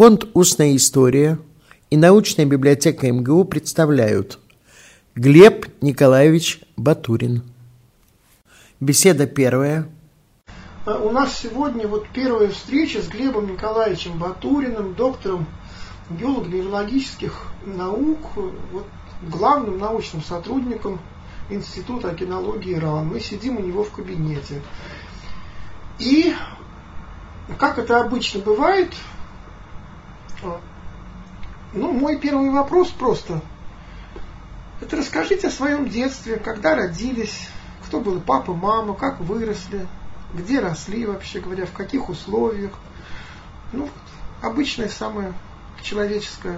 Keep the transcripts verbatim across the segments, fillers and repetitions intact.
Фонд «Устная история» и научная библиотека эм гэ у представляют Глеб Николаевич Батурин. Беседа первая. У нас сегодня вот первая встреча с Глебом Николаевичем Батуриным, доктором геолого-минералогических наук, вот, главным научным сотрудником Института океанологии РАН. Мы сидим у него в кабинете. И, как это обычно бывает, ну, мой первый вопрос просто. Это расскажите о своем детстве, когда родились, кто был папа, мама, как выросли, где росли вообще говоря, в каких условиях. Ну, обычное самое человеческое.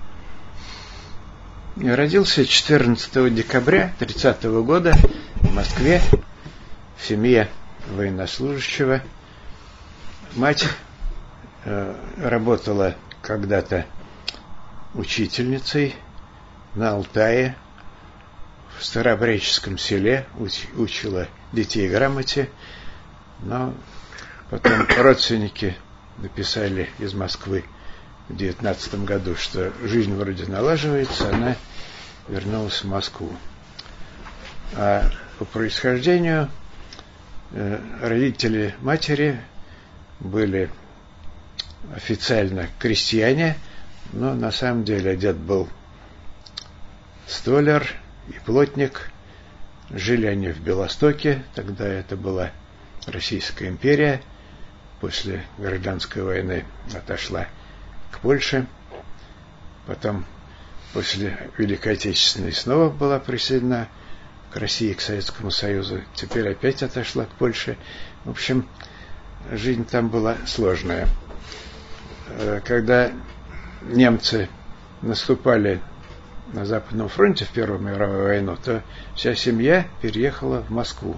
Я родился четырнадцатого декабря тридцатого года в Москве в семье военнослужащего. Мать э, работала когда-то учительницей на Алтае, в Старообрядческом селе, уч, учила детей грамоте, но потом родственники написали из Москвы в девятнадцатом году, что жизнь вроде налаживается, она вернулась в Москву. А по происхождению э, родители матери были официально крестьяне, но на самом деле дед был столяр и плотник. Жили они в Белостоке, тогда это была Российская империя, после гражданской войны отошла к Польше, потом после Великой Отечественной снова была присоединена к России, к Советскому Союзу, теперь опять отошла к Польше. В общем, жизнь там была сложная. Когда немцы наступали на Западном фронте в Первую мировую войну, то вся семья переехала в Москву.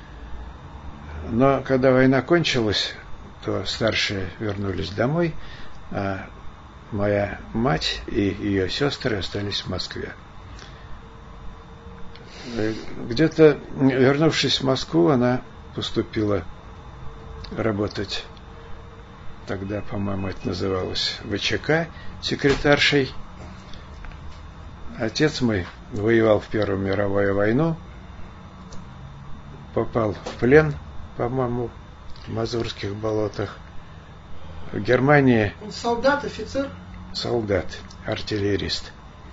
Но когда война кончилась, то старшие вернулись домой, а моя мать и ее сестры остались в Москве. Где-то, вернувшись в Москву, она поступила работать, тогда, по-моему, это называлось вэ че ка, секретаршей. Отец мой воевал в Первую мировую войну, попал в плен, по-моему, в Мазурских болотах. В Германии... Он солдат, офицер? Солдат, артиллерист.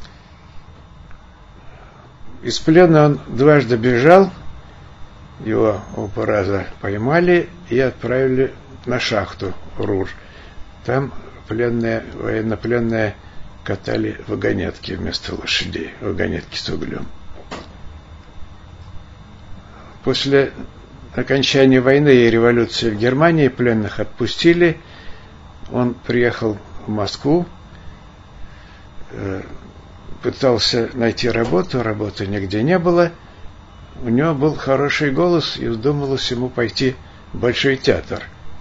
Из плена он дважды бежал, его оба раза поймали и отправили на шахту РУР. Там пленные, военнопленные катали вагонетки вместо лошадей, вагонетки с углем. После окончания войны и революции в Германии пленных отпустили. Он приехал в Москву, пытался найти работу, работы нигде не было. У него был хороший голос, и вздумалось ему пойти в Большой театр.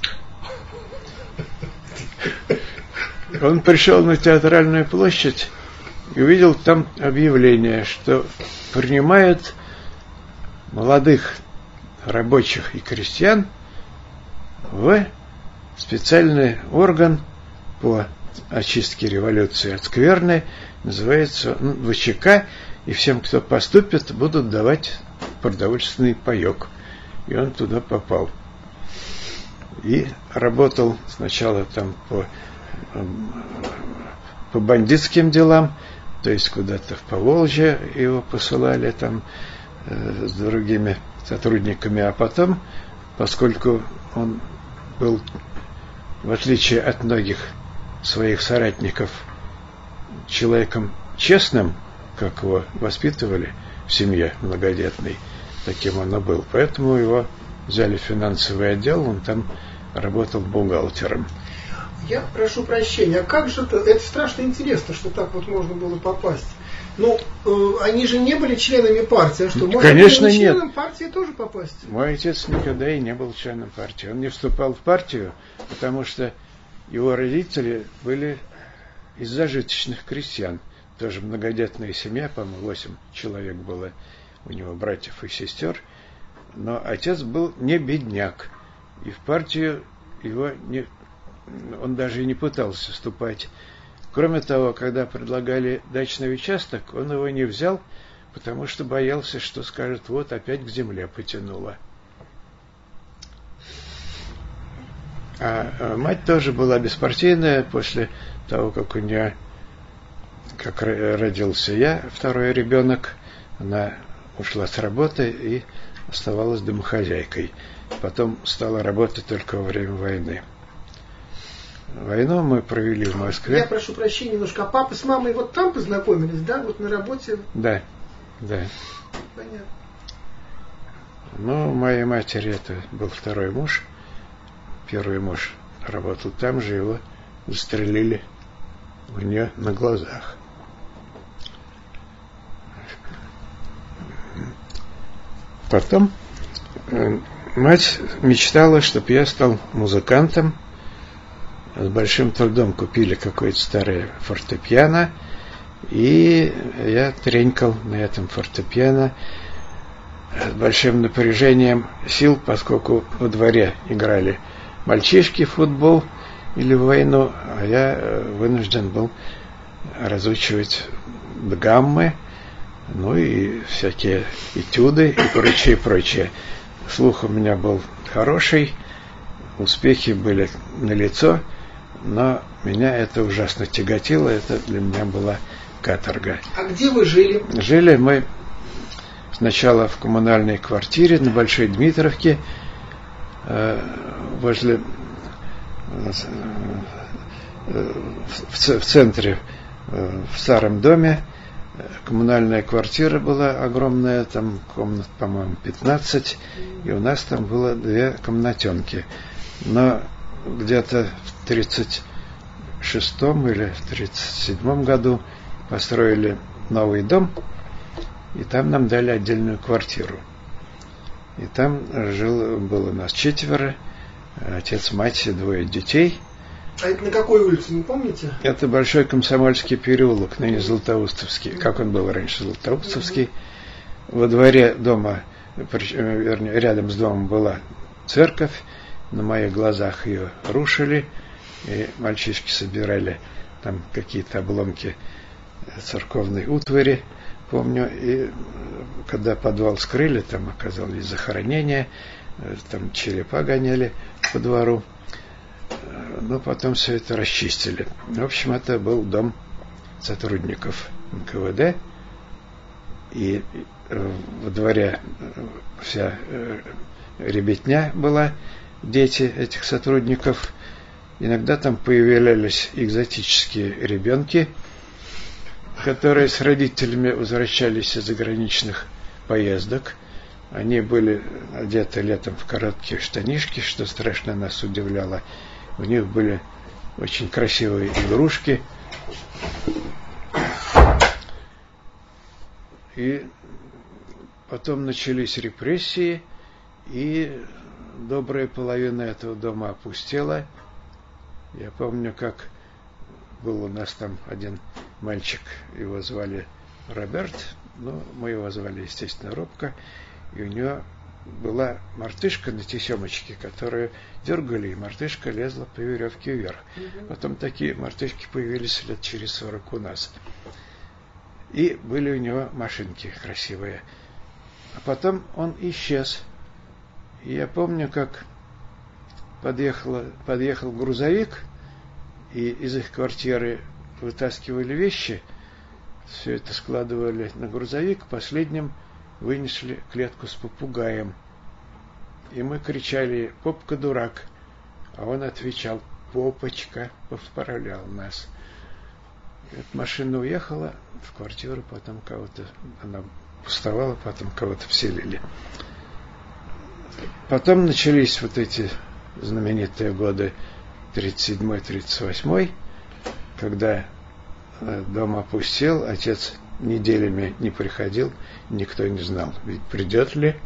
Он пришел на Театральную площадь и увидел там объявление, что принимают молодых рабочих и крестьян в специальный орган по очистке революции от скверны, называется вэ че ка, и всем, кто поступит, будут давать продовольственный паек. И он туда попал. И работал сначала там по, по бандитским делам, то есть куда-то в Поволжье его посылали там э, с другими сотрудниками, а потом, поскольку он был, в отличие от многих своих соратников, человеком честным, как его воспитывали в семье многодетной, таким он и был. Поэтому его взяли в финансовый отдел, он там работал бухгалтером. Я прошу прощения, а как же это? Это страшно интересно, что так вот можно было попасть. Ну, э, они же не были членами партии, а что? Можно Конечно, было членом нет. партии тоже попасть? Мой отец никогда и не был членом партии. Он не вступал в партию, потому что его родители были из зажиточных крестьян. Тоже многодетная семья, по-моему, восемь человек было у него, братьев и сестер. Но отец был не бедняк. И в партию его не он даже и не пытался вступать. Кроме того, когда предлагали дачный участок, он его не взял, потому что боялся, что скажет, вот опять к земле потянуло. А мать тоже была беспартийная. После того, как у нее, как родился я, второй ребенок, она ушла с работы и оставалась домохозяйкой. Потом стала работать только во время войны. Войну мы провели в Москве. Я прошу прощения немножко. А папа с мамой вот там познакомились, да? Вот на работе? Да, да. Понятно. Ну, моей матери это был второй муж. Первый муж работал там же, его застрелили у нее на глазах. Потом мать мечтала, чтобы я стал музыкантом. С большим трудом купили какое-то старое фортепиано, и я тренькал на этом фортепиано с большим напряжением сил, поскольку во дворе играли мальчишки в футбол или в войну, а я вынужден был разучивать гаммы, ну и всякие этюды и прочее, прочее. Слух у меня был хороший, успехи были налицо, но меня это ужасно тяготило, это для меня была каторга. А где вы жили? Жили мы сначала в коммунальной квартире на Большой Дмитровке, возле, в центре, в старом доме. Коммунальная квартира была огромная, там комнат, по-моему, пятнадцать, и у нас там было две комнатенки. Но где-то в тридцать шестом или в тридцать седьмом году построили новый дом, и там нам дали отдельную квартиру. И там жил, было у нас четверо, отец, мать и двое детей. А это на какой улице, не помните? Это Большой Комсомольский переулок, ныне Златоустовский, как он был раньше, Златоустовский. Во дворе дома, вернее, рядом с домом была церковь, на моих глазах ее рушили, и мальчишки собирали там какие-то обломки церковной утвари, помню, и когда подвал скрыли, там оказалось захоронение, там черепа гоняли по двору, но потом все это расчистили. В общем, это был дом сотрудников эн ка вэ дэ, и во дворе вся ребятня была, дети этих сотрудников. Иногда там появлялись экзотические ребенки, которые с родителями возвращались из заграничных поездок. Они были одеты летом в короткие штанишки, что страшно нас удивляло. У них были очень красивые игрушки. И потом начались репрессии, и добрая половина этого дома опустела. Я помню, как был у нас там один мальчик, его звали Роберт, но мы его звали, естественно, Робко, и у него была мартышка на тесемочке, которую дергали, и мартышка лезла по веревке вверх. Потом такие мартышки появились лет через сорок у нас. И были у него машинки красивые. А потом он исчез. И я помню, как подъехала, подъехал грузовик, и из их квартиры вытаскивали вещи, все это складывали на грузовик, последним вынесли клетку с попугаем. И мы кричали: «Попка дурак!» А он отвечал: «Попочка!» Поправлял нас. Эта машина уехала в квартиру, потом кого-то, она пустовала, потом кого-то вселили. Потом начались вот эти знаменитые годы тридцать седьмой тридцать восьмой, когда дом опустел, отец неделями не приходил, никто не знал, ведь придет ли.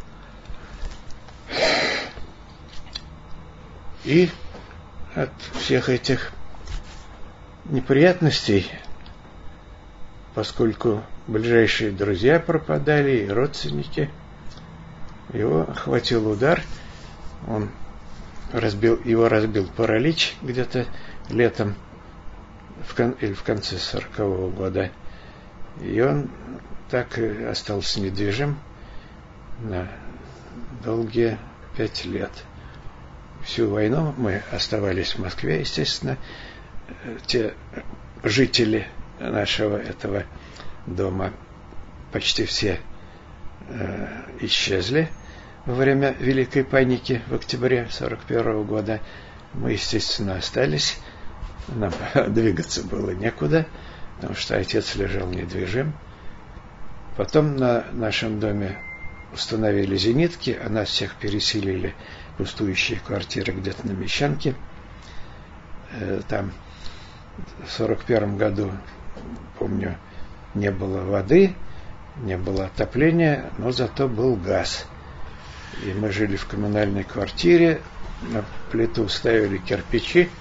И от всех этих неприятностей, поскольку ближайшие друзья пропадали и родственники, его охватил удар. Он разбил, его разбил паралич где-то летом в кон, или в конце сорокового года. И он так и остался недвижим на долгие пять лет. Всю войну мы оставались в Москве, естественно. Те жители нашего этого дома почти все э, исчезли во время Великой паники в октябре сорок первого года. Мы, естественно, остались. Нам двигаться было некуда, потому что отец лежал недвижим. Потом на нашем доме установили зенитки, а нас всех переселили в пустующие квартиры где-то на Мещанке. Там в сорок первом году, помню, не было воды, не было отопления, но зато был газ. И мы жили в коммунальной квартире, на плиту ставили кирпичи,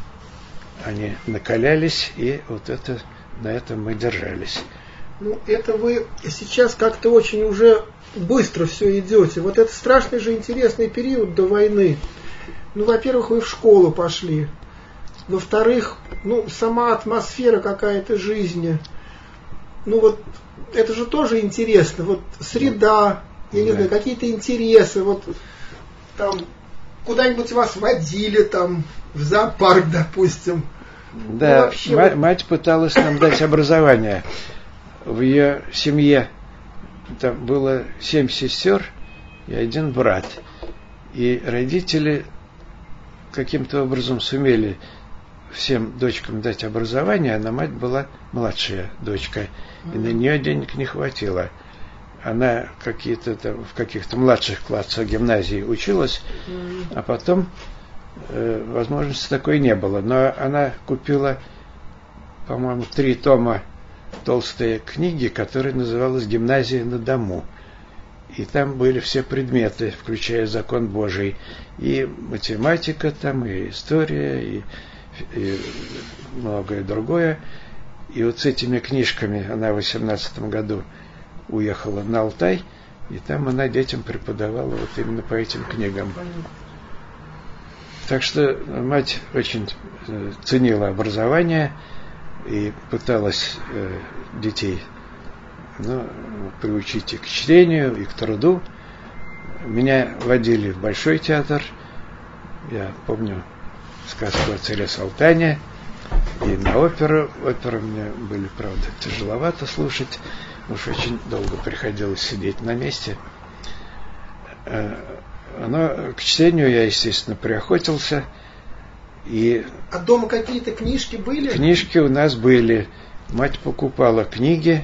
они накалялись, и вот это, на этом мы держались. Ну, это вы сейчас как-то очень уже быстро все идете. Вот это страшный же интересный период до войны. Ну, во-первых, вы в школу пошли. Во-вторых, ну, сама атмосфера какая-то жизни. Ну, вот, это же тоже интересно. Вот среда, я не да. знаю, какие-то интересы. Вот, там, куда-нибудь вас водили, там, в зоопарк, допустим. Да, ну, вообще, мать, вот... мать пыталась нам дать образование. В ее семье там было семь сестер и один брат. И родители каким-то образом сумели всем дочкам дать образование, а на мать была младшая дочка, и на нее денег не хватило. Она какие-то там, в каких-то младших классах гимназии училась, а потом э, возможности такой не было. Но она купила, по-моему, три тома толстые книги, которые называлась «Гимназия на дому». И там были все предметы, включая закон Божий. И математика там, и история, и, и многое другое. И вот с этими книжками она в восемнадцатом году уехала на Алтай, и там она детям преподавала вот именно по этим книгам. Так что мать очень ценила образование и пыталась э, детей ну, приучить и к чтению, и к труду. Меня водили в Большой театр. Я помню сказку о царе Салтане. И на оперу. Оперу мне были, правда, тяжеловато слушать. Уж очень долго приходилось сидеть на месте. Но к чтению я, естественно, приохотился. И а дома какие-то книжки были? Книжки у нас были. Мать покупала книги.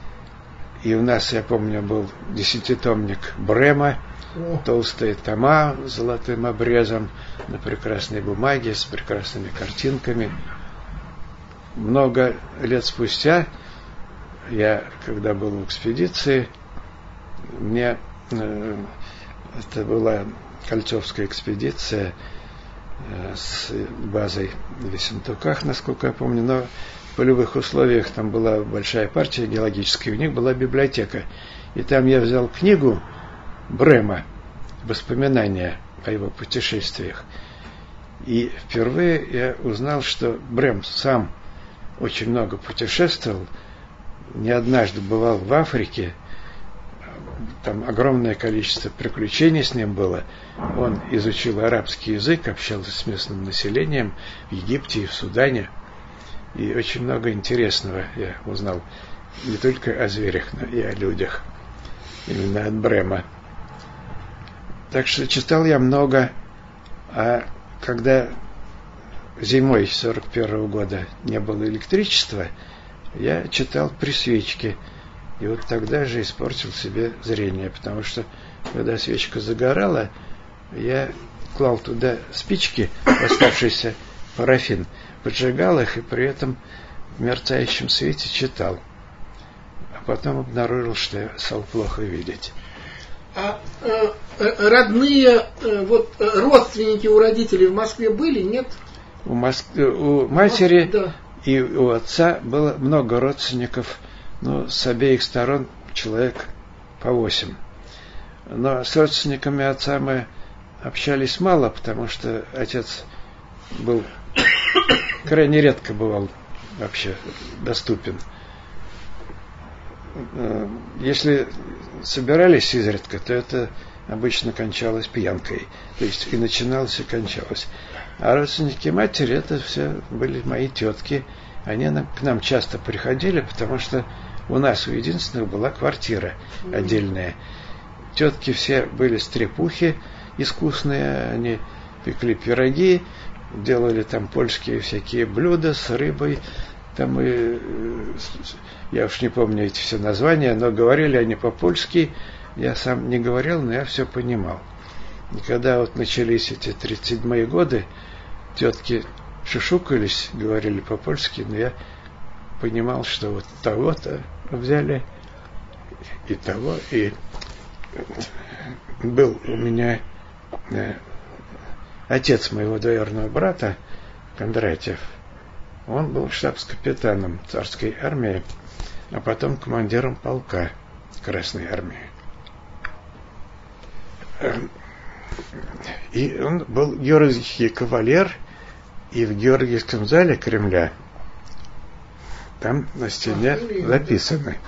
И у нас, я помню, был десятитомник Брема. О. Толстые тома с золотым обрезом на прекрасной бумаге с прекрасными картинками. Много лет спустя, я, когда был в экспедиции, мне э, это была Кольцовская экспедиция э, с базой в Ессентуках, насколько я помню, но в полевых условиях там была большая партия геологическая, у них была библиотека. И там я взял книгу Брема, воспоминания о его путешествиях. И впервые я узнал, что Брем сам очень много путешествовал, не однажды бывал в Африке, там огромное количество приключений с ним было. Он изучил арабский язык, общался с местным населением в Египте и в Судане. И очень много интересного я узнал не только о зверях, но и о людях. Именно от Брема. Так что читал я много, а когда зимой сорок первого года не было электричества, я читал при свечке. И вот тогда же испортил себе зрение, потому что, когда свечка загорала, я клал туда спички, оставшийся парафин, поджигал их и при этом в мерцающем свете читал. А потом обнаружил, что я стал плохо видеть. А э, родные, э, вот родственники у родителей в Москве были, нет? У, Моск... у матери да. и у отца было много родственников, ну, с обеих сторон человек по восемь. Но с родственниками отца мы общались мало, потому что отец был крайне редко бывал вообще доступен. Если собирались изредка, то это обычно кончалось пьянкой. То есть и начиналось, и кончалось. А родственники матери, это все были мои тетки. Они к нам часто приходили, потому что у нас у единственных была квартира отдельная. Тетки все были стрепухи искусные, они пекли пироги, делали там польские всякие блюда с рыбой. Там и, я уж не помню эти все названия, но говорили они по-польски. Я сам не говорил, но я все понимал. И когда вот начались эти тридцать седьмые годы, тетки шушукались, говорили по-польски, но я понимал, что вот того-то взяли, и того, и был у меня э, отец моего двоюродного брата, Кондратьев. Он был штабс-капитаном царской армии, а потом командиром полка Красной армии. И он был георгиевский кавалер, и в Георгиевском зале Кремля там на стене записаны.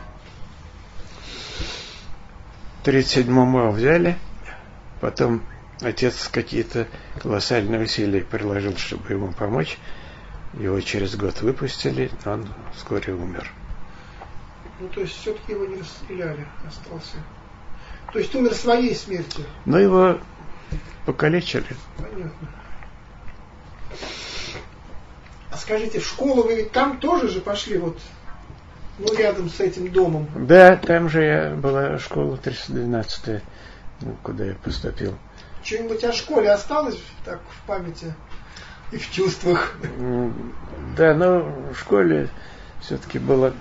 В тридцать седьмом его взяли, потом отец какие-то колоссальные усилия приложил, чтобы ему помочь. Его через год выпустили, но он вскоре умер. Ну, то есть, все-таки его не расстреляли, остался. То есть, умер своей смертью. Но его покалечили. Понятно. А скажите, в школу вы ведь там тоже же пошли, вот, ну, рядом с этим домом? Да, там же я была школа триста двенадцатая, ну, куда я поступил. Что-нибудь о школе осталось так в памяти и в чувствах? Да, но в школе все-таки было...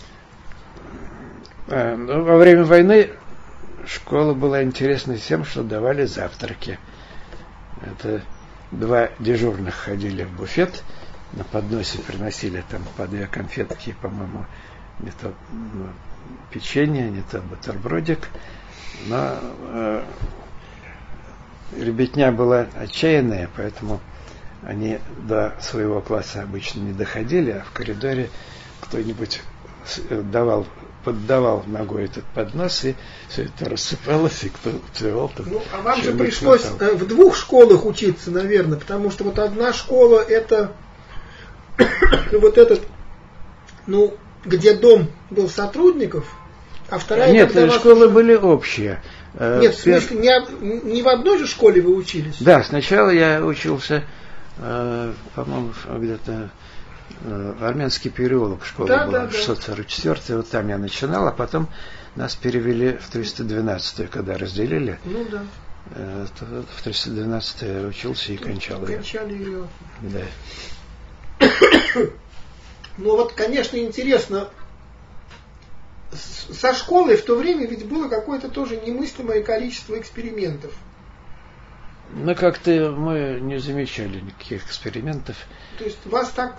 А, ну, во время войны школа была интересна тем, что давали завтраки. Это два дежурных ходили в буфет, на подносе приносили там по две конфетки, по-моему, не то ну, печенье, не то бутербродик. Но э, ребятня была отчаянная, поэтому они до своего класса обычно не доходили, а в коридоре кто-нибудь давал, поддавал ногой этот поднос, и все это рассыпалось, и кто уцелел, то... Ну, а вам же пришлось хватало. В двух школах учиться, наверное, потому что вот одна школа это вот этот, ну, где дом был сотрудников, а вторая... Нет, школы вас... были общие. Нет, в смысле, не, не в одной же школе вы учились? Да, сначала я учился, по-моему, где-то в Армянский переулок школа да, была, да, шестьсот сорок четвёртый, вот там я начинал, а потом нас перевели в триста двенадцатую, когда разделили. Ну да. В триста двенадцатой я учился и кончал ее. Кончали ее. Да. Ну вот, конечно, интересно, со школой в то время ведь было какое-то тоже немыслимое количество экспериментов. Ну, как-то мы не замечали никаких экспериментов. То есть вас так...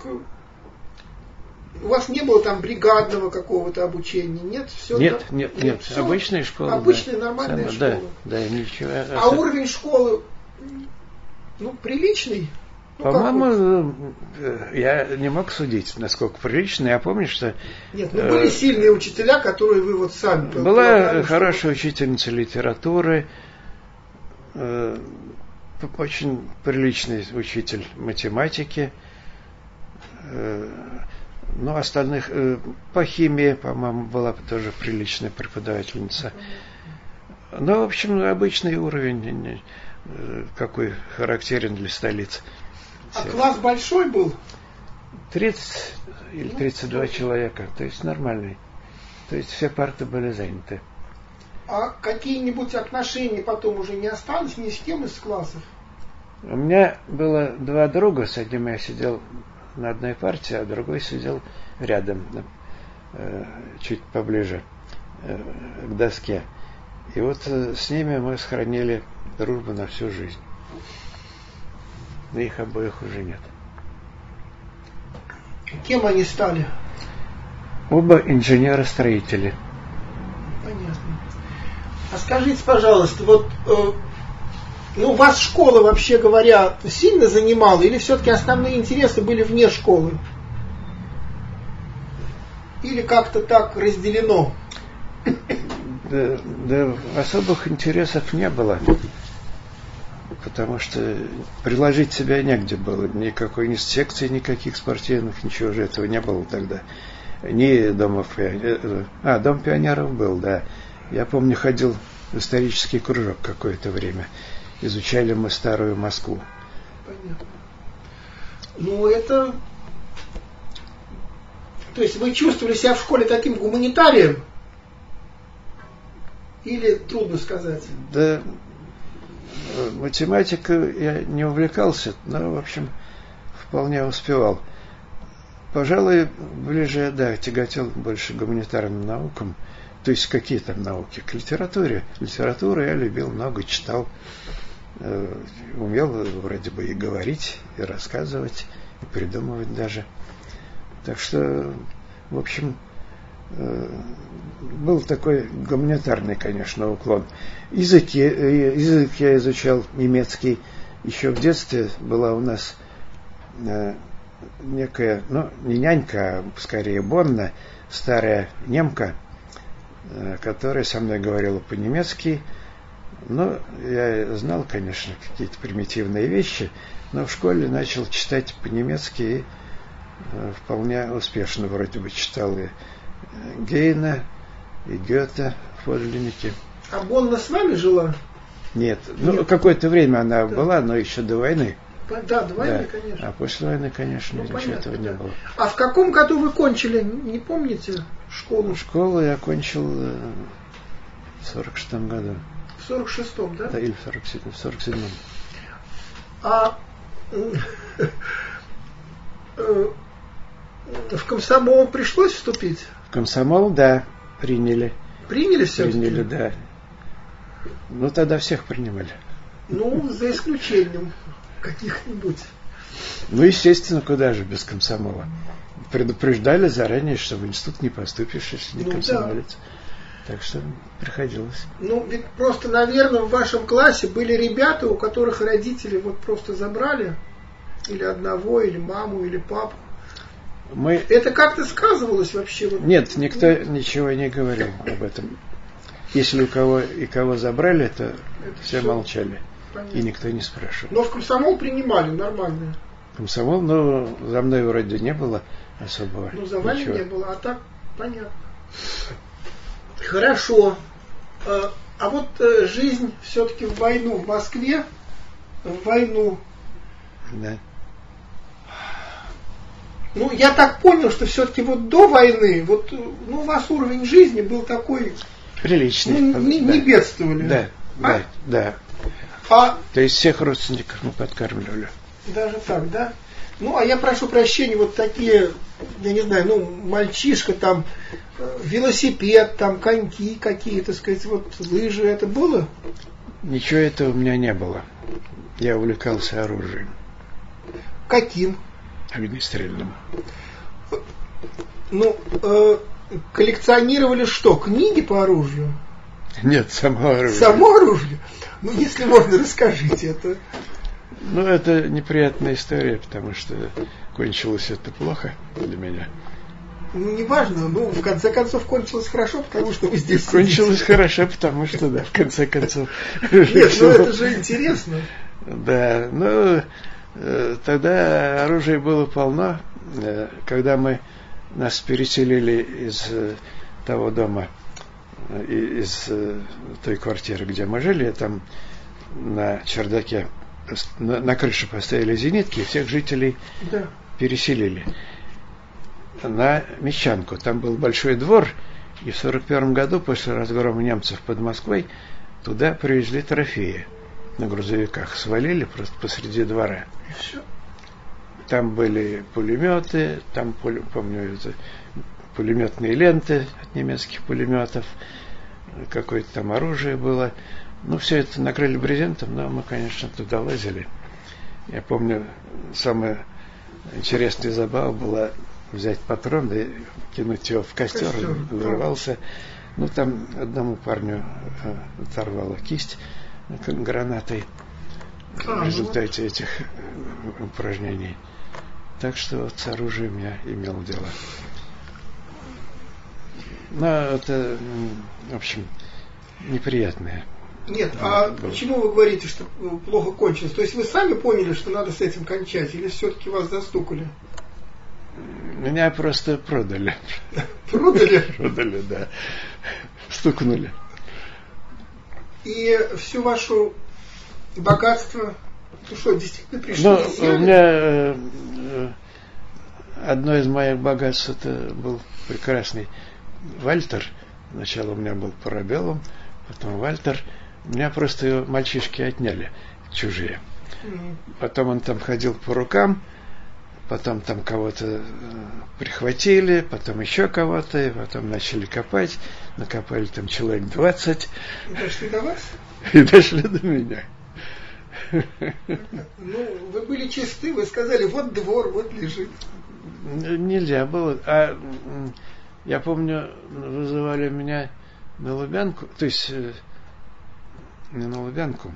У вас не было там бригадного какого-то обучения, нет? Все нет, да? нет, нет. Все Обычная школа. Обычная да. нормальная Самое, школа. Да, да, ничего. А особ... уровень школы, ну, приличный? Ну, по-моему, вот? Я не мог судить, насколько прилично. Я помню, что... Нет, ну были э... сильные учителя, которые вы вот сами... Была хорошая что... учительница литературы, э, очень приличный учитель математики, э, ну, остальных... Э, по химии, по-моему, была тоже приличная преподавательница. Ну, в общем, обычный уровень, э, какой характерен для столиц. А класс большой был? тридцать или тридцать два ну, человека, то есть нормальный. То есть все парты были заняты. А какие-нибудь отношения потом уже не остались ни с кем из классов? У меня было два друга, с одним я сидел на одной парте, а другой сидел рядом, э, чуть поближе э, к доске. И вот э, с ними мы сохранили дружбу на всю жизнь. Их обоих уже нет. Кем они стали? Оба инженеры-строители. Понятно. А скажите, пожалуйста, вот э, Ну, вас школа, вообще говоря, сильно занимала, или все-таки основные интересы были вне школы? Или как-то так разделено? Да, да, особых интересов не было, потому что приложить себя негде было. Никакой ни секции, никаких спортивных, ничего же этого не было тогда. Ни дома пионеров. А, дом пионеров был, да. Я помню, ходил в исторический кружок какое-то время. Изучали мы старую Москву. Понятно. Ну, это... То есть вы чувствовали себя в школе таким гуманитарием? Или трудно сказать? Да, математикой я не увлекался, но, в общем, вполне успевал. Пожалуй, ближе, да, тяготел больше гуманитарным наукам. То есть какие там науки? К литературе. Литературу я любил, много читал. Умел вроде бы и говорить, и рассказывать, и придумывать даже. Так что, в общем, был такой гуманитарный, конечно, уклон. Язык, язык я изучал немецкий. Еще в детстве была у нас некая, ну, не нянька, а скорее Бонна, старая немка, которая со мной говорила по-немецки. Ну, я знал, конечно, какие-то примитивные вещи, но в школе начал читать по-немецки и вполне успешно вроде бы читал и Гейна, и Гёте в подлиннике. А Бонна с вами жила? Нет, ну, Нет. Какое-то время она Да. была, но еще до войны. Да, до войны, Да. конечно. А после войны, конечно, Ну, ничего понятно, этого да. не было. А в каком году вы кончили, не помните, школу? Школу я окончил в сорок шестом году. В сорок шестом, да? Да, или в сорок седьмом. В сорок седьмом. А в комсомол пришлось вступить? В комсомол, да, приняли. Приняли все-таки? Приняли, да. Ну, тогда всех принимали. Ну, за исключением каких-нибудь. Ну, естественно, куда же без комсомола. Предупреждали заранее, что в институт не поступишь, если не Ну, комсомолец. да. Так что приходилось. Ну, ведь просто, наверное, в вашем классе были ребята, у которых родители вот просто забрали или одного, или маму, или папу. Мы... Это как-то сказывалось вообще? Вот? Нет, никто ничего не говорил об этом. Если у кого и кого забрали, то Это все всё молчали. понятно. И никто не спрашивал. Но в комсомол принимали нормально. Комсомол, ну, за мной вроде не было особого. Ну, за вами ничего. не было, а так понятно. Хорошо. А, а вот э, жизнь все-таки в войну в Москве, в войну. Да. Ну, я так понял, что все-таки вот до войны, вот, ну, у вас уровень жизни был такой, Приличный. ну, не, да. не бедствовали. Да, А? да, да. А То есть всех родственников мы подкармливали. даже так, да? Ну, а я прошу прощения, вот такие, я не знаю, ну, мальчишка там, э, велосипед, там, коньки какие-то, так сказать, вот лыжи, это было? Ничего этого у меня не было. Я увлекался оружием. Каким? Огнестрельным. Ну, э, коллекционировали что, книги по оружию? Нет, само оружие. Само оружие? Ну, если можно, расскажите это. Ну, это неприятная история, потому что кончилось это плохо для меня. Ну, неважно, ну, в конце концов, кончилось хорошо, потому что вы здесь Кончилось сидите. хорошо, потому что, да, в конце концов. Нет, ну это же интересно. Да, ну, э, тогда оружия было полно. Э, Когда мы, нас переселили из э, того дома, э, и- из э, той квартиры, где мы жили, там на чердаке, с- на, на крыше поставили зенитки, и всех жителей Да. переселили на Мещанку. Там был большой двор, и в сорок первом году, после разгрома немцев под Москвой, туда привезли трофеи на грузовиках. Свалили просто посреди двора. И все. Там были пулеметы, там, пуле- помню, это, пулеметные ленты от немецких пулеметов, какое-то там оружие было. Ну, все это накрыли брезентом, но мы, конечно, туда лазили. Я помню, самая интересная забава была взять патрон и кинуть его в костер, Костер, он взорвался. Ну, там одному парню э, оторвало кисть э, гранатой. в результате этих упражнений. Так что вот с оружием я имел дело. Но это, в общем, неприятное. Нет, а было. Почему вы говорите, что плохо кончилось? То есть вы сами поняли, что надо с этим кончать, или все-таки вас застукали? Меня просто продали. Продали? Продали, да. Стукнули. И всю вашу богатство, ну что, действительно пришло? Ну, у меня э, одно из моих богатств, это был прекрасный Вальтер. Сначала у меня был Парабеллум, потом Вальтер. Меня просто его мальчишки отняли, чужие. Mm-hmm. Потом он там ходил по рукам, потом там кого-то э, прихватили, потом еще кого-то, и потом начали копать. Накопали там человек двадцать. И дошли до вас? И дошли до меня. Ну, вы были чисты, вы сказали, вот двор, вот лежит. Нельзя было. А я помню, вызывали меня на Лубянку, то есть не на Лубянку,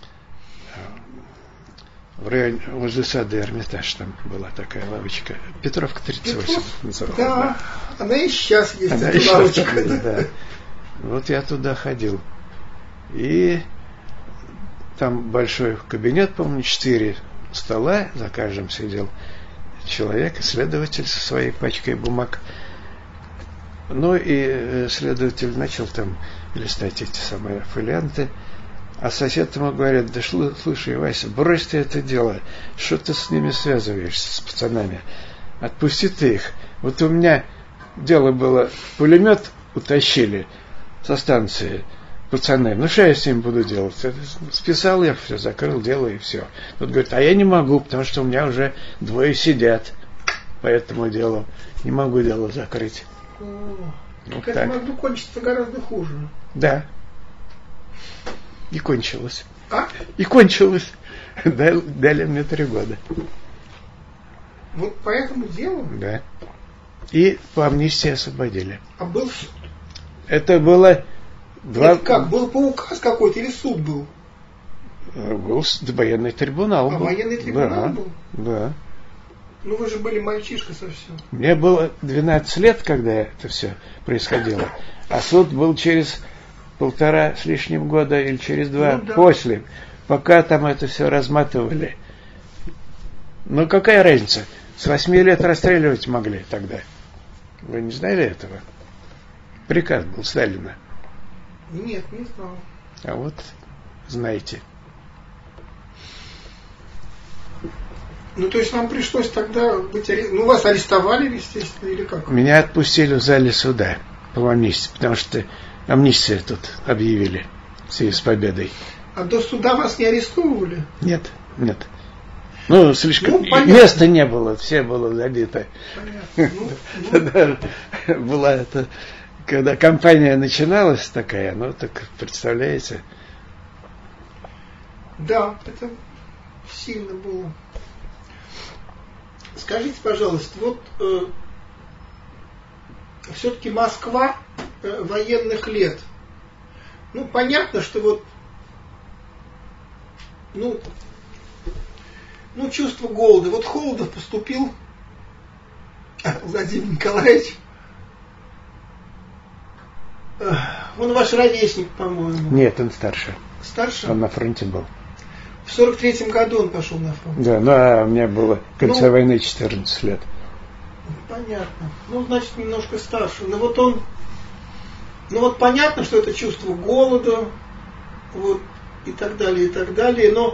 в районе, возле сада Эрмитаж, там была такая лавочка. Петровка тридцать восемь называлась. Да, да, она и сейчас есть, она эта лавочка. Есть, да. Вот я туда ходил. И там большой кабинет, помню, четыре стола, за каждым сидел человек, исследователь со своей пачкой бумаг. Ну и следователь начал там листать эти самые фолианты. А сосед ему говорит, да слушай, Вася, брось ты это дело, что ты с ними связываешься, с пацанами, отпусти ты их. Вот у меня дело было, пулемет утащили со станции пацаны, ну что я с ним буду делать? Списал я все, закрыл дело и все. Тут говорит, а я не могу, потому что у меня уже двое сидят по этому делу, не могу дело закрыть. О, вот так это могло кончиться гораздо хуже. Да. И кончилось. А? И кончилось. Дали, дали мне три года. Вот по этому делу? Да. И по амнистии освободили. А был суд? Это было... Два... Это как? Был по указ какой-то или суд был? Был военный трибунал. А был. военный трибунал да. был? Да. Ну вы же были мальчишка совсем. Мне было двенадцать лет, когда это все происходило. А суд был через полтора с лишним года или через два, ну, да. После. Пока там это все разматывали. Ну какая разница? С восьми лет расстреливать могли тогда. Вы не знали этого? Приказ был Сталина. Нет, не знал. А вот знаете. Ну, то есть вам пришлось тогда быть арестованы. Ну, вас арестовали, естественно, или как? Меня отпустили в зале суда по амнистии, потому что амнистия тут объявили в связи с победой. А до суда вас не арестовывали? Нет, нет. Ну, слишком... Ну, места не было, все было забито. Понятно. Ну, Тогда была это... Когда кампания начиналась такая, ну, так представляете? Да, это сильно было. Скажите, пожалуйста, вот э, все-таки Москва э, военных лет. Ну, понятно, что вот ну, ну, чувство голода. Вот Холодов поступил, Владимир Николаевич, э, он ваш ровесник, по-моему. Нет, он старше. Старше? Он на фронте был. В сорок третьем году он пошел на фронт. Да, ну а у меня было в конце ну, войны четырнадцать лет. Понятно. Ну, значит, немножко старше. Но вот он... Ну, вот понятно, что это чувство голода, вот, и так далее, и так далее. Но,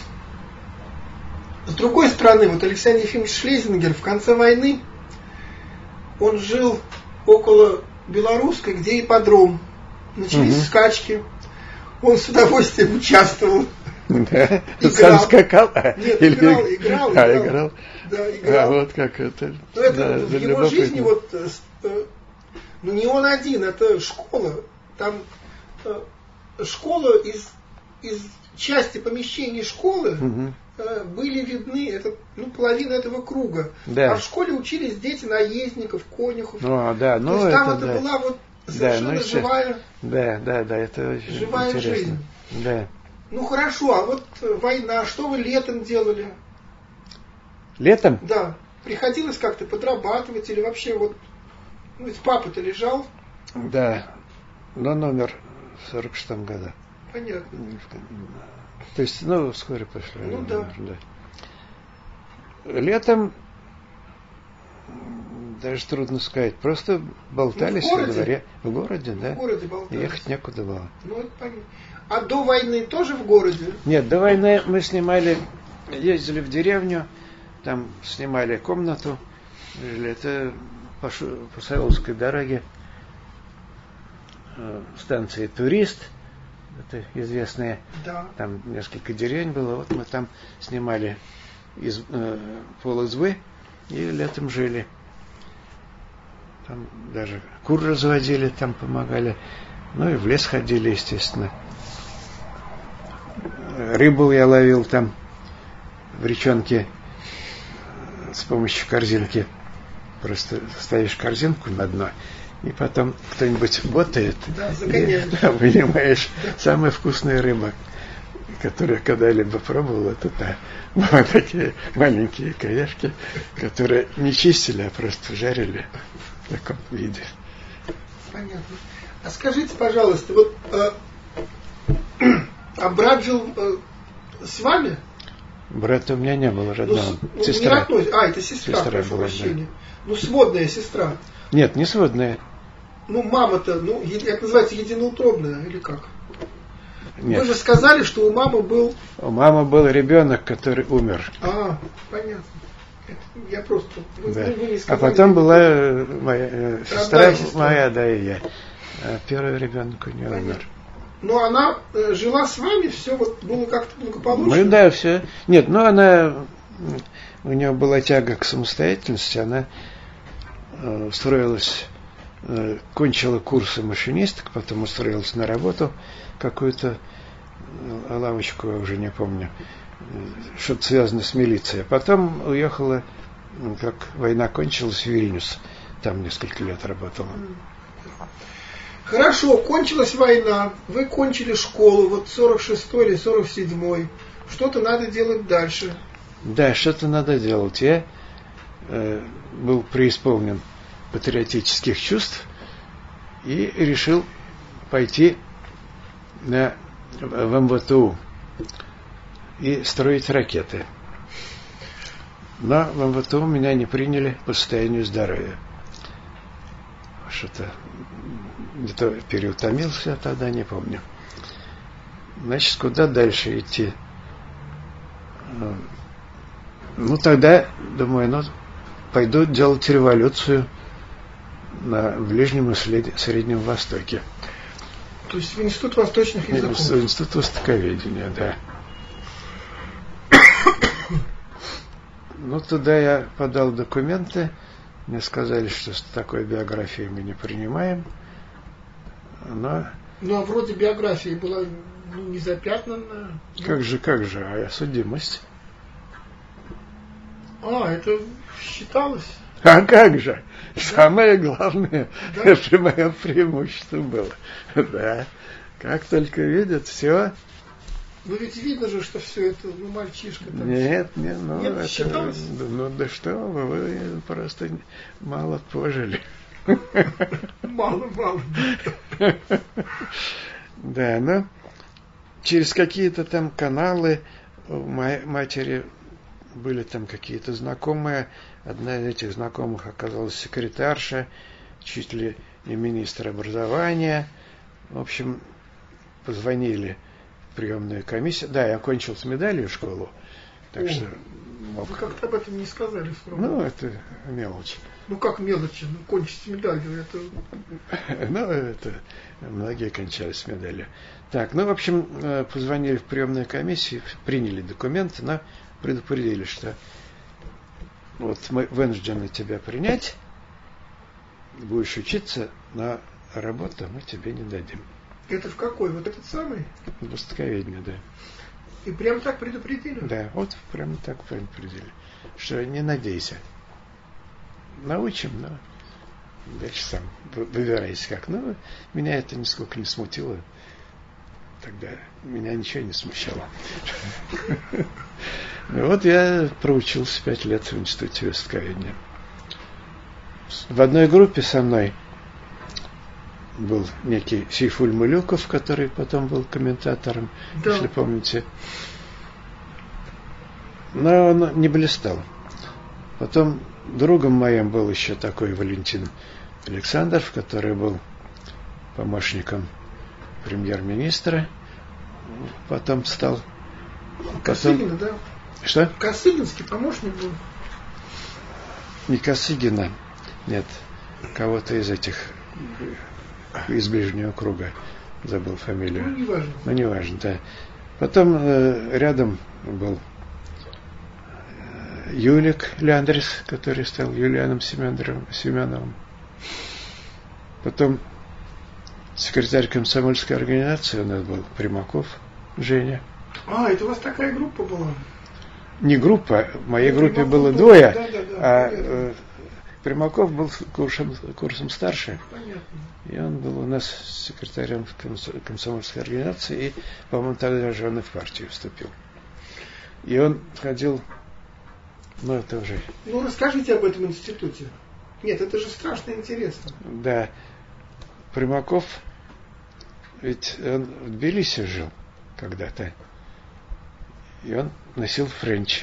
с другой стороны, вот Александр Ефимович Шлезингер в конце войны, он жил около Белорусской, где ипподром. Начались угу. скачки. Он с удовольствием участвовал. Да, сам скакал? Нет, или... играл, играл, играл. А, играл? Да, играл. А, вот как это. Но это да, в его жизни вот, ну не он один, это школа. Там школа из, из части помещений школы угу. были видны, это, ну, половина этого круга. Да. А в школе учились дети наездников, конюхов. Ну, да, ну, то есть там это, это да. была вот совершенно да, ну, живая, да, да, да, это очень живая интересно. жизнь. Да. Ну хорошо, а вот война, что вы летом делали? Летом? Да. Приходилось как-то подрабатывать или вообще вот... Ну ведь папа-то лежал. Да, но номер в сорок шестом году. Понятно. То есть, ну, вскоре пошли. Ну да. да. Летом даже трудно сказать. Просто болтались ну, в во дворе. В городе, да. В городе болтались. Ехать некуда было. Ну, это понятно. А до войны тоже в городе? Нет, до войны мы снимали, ездили в деревню, там снимали комнату. Жили. Это по, по Саулской дороге. Станция «Турист». Это известная. Да. Там несколько деревень было. Вот мы там снимали из, э, полизбы и летом жили. Там даже кур разводили, там помогали. Ну и в лес ходили, естественно. Рыбу я ловил там в речонке с помощью корзинки. Просто ставишь корзинку на дно, и потом кто-нибудь ботает, да, и да, вынимаешь да. Самая вкусная рыба, которую я когда-либо пробовал, это та. Вот такие маленькие каешки, которые не чистили, а просто жарили в таком виде. Понятно. А скажите, пожалуйста, вот э, а брат жил э, с вами? Брата у меня не было родного. Ну, сестра. Не родной, а, это сестра, сестра прошу была, прощения. Да. Ну, сводная сестра. Нет, не сводная. Ну, мама-то, ну, это называется единоутробная, или как? Нет. Вы же сказали, что у мамы был... У мамы был ребенок, который умер. А, понятно. Это я просто... Вы, да. вы не а потом была моя сестра, сестра, моя, да, и я. А первый ребенок у нее понятно. Умер. Но она э, жила с вами, все вот было как-то благополучно? Мы, да, все. Нет, ну она... У нее была тяга к самостоятельности, она э, устроилась, э, кончила курсы машинисток, потом устроилась на работу какую-то, э, лавочку, я уже не помню, э, что-то связано с милицией. Потом уехала, э, как война кончилась, в Вильнюс, там несколько лет работала. Хорошо, кончилась война, вы кончили школу, вот сорок шестой или сорок седьмой, что-то надо делать дальше. Да, что-то надо делать. Я э, был преисполнен патриотических чувств и решил пойти на, в эм вэ тэ у и строить ракеты. Но в эм вэ тэ у меня не приняли по состоянию здоровья. Что-то где-то переутомился, тогда не помню. Значит, куда дальше идти? Ну, тогда, думаю, ну, пойду делать революцию на Ближнем и Среднем Востоке. То есть в Институт восточных языков? В Институт востоковедения, да. Ну, туда я подал документы. Мне сказали, что с такой биографией мы не принимаем. Но... Ну, а вроде биография была ну, не запятнанная. Как же, как же, а судимость? А, это считалось? А как же? Да? Самое главное, да? это мое преимущество было. Да. Как только видят, все. Ну ведь видно же, что все это, ну, мальчишка там. Нет, нет, ну, нет, это, считалось? ну да что вы, вы просто мало пожили. Мало-мало. Да, ну, через какие-то там каналы у моей матери были там какие-то знакомые. Одна из этих знакомых оказалась секретарша, чуть ли не министр образования. В общем, позвонили в приемную комиссию. Да, я окончил с медалью школу. Так О, что мог... Вы как-то об этом не сказали сразу. Ну, это мелочь. Ну, как мелочи? Ну, кончить с медалью, это... Ну, это... Многие кончали с медалью. Так, ну, в общем, позвонили в приемную комиссию, приняли документы, но предупредили, что вот мы вынуждены тебя принять, будешь учиться, но работу мы тебе не дадим. Это в какой? Вот этот самый? В востоковедении, да. И прям так предупредили? Да, вот прямо так предупредили, что не надейся. Научим, но дальше сам выбирайся как. Ну, меня это нисколько не смутило. тогда меня ничего не смущало. Вот я проучился пять лет в институте востоковедения. В одной группе со мной был некий Сейфуль Мулюков, который потом был комментатором, да. Если помните. Но он не блистал. Потом другом моим был еще такой Валентин Александров, который был помощником премьер-министра. Потом стал... Косыгина, да? Что? Косыгинский помощник был. Не Косыгина, нет. Кого-то из этих, из ближнего круга. Забыл фамилию. Ну, неважно. Ну, неважно, да. Потом э, рядом был э, Юлик Ляндрис, который стал Юлианом Семеновым. Потом секретарь комсомольской организации у нас был Примаков Женя. А, это у вас такая группа была? Не группа, в моей ну, группе Примаков было был, двое, да, да, да, а э, Примаков был курсом, курсом старше. Понятно. И он был у нас секретарем комсомольской организации, и, по-моему, тогда же он и в партию вступил. И он ходил, ну это уже... Ну, расскажите об этом институте. Нет, это же страшно интересно. Да. Примаков, ведь он в Тбилиси жил когда-то. И он носил френч.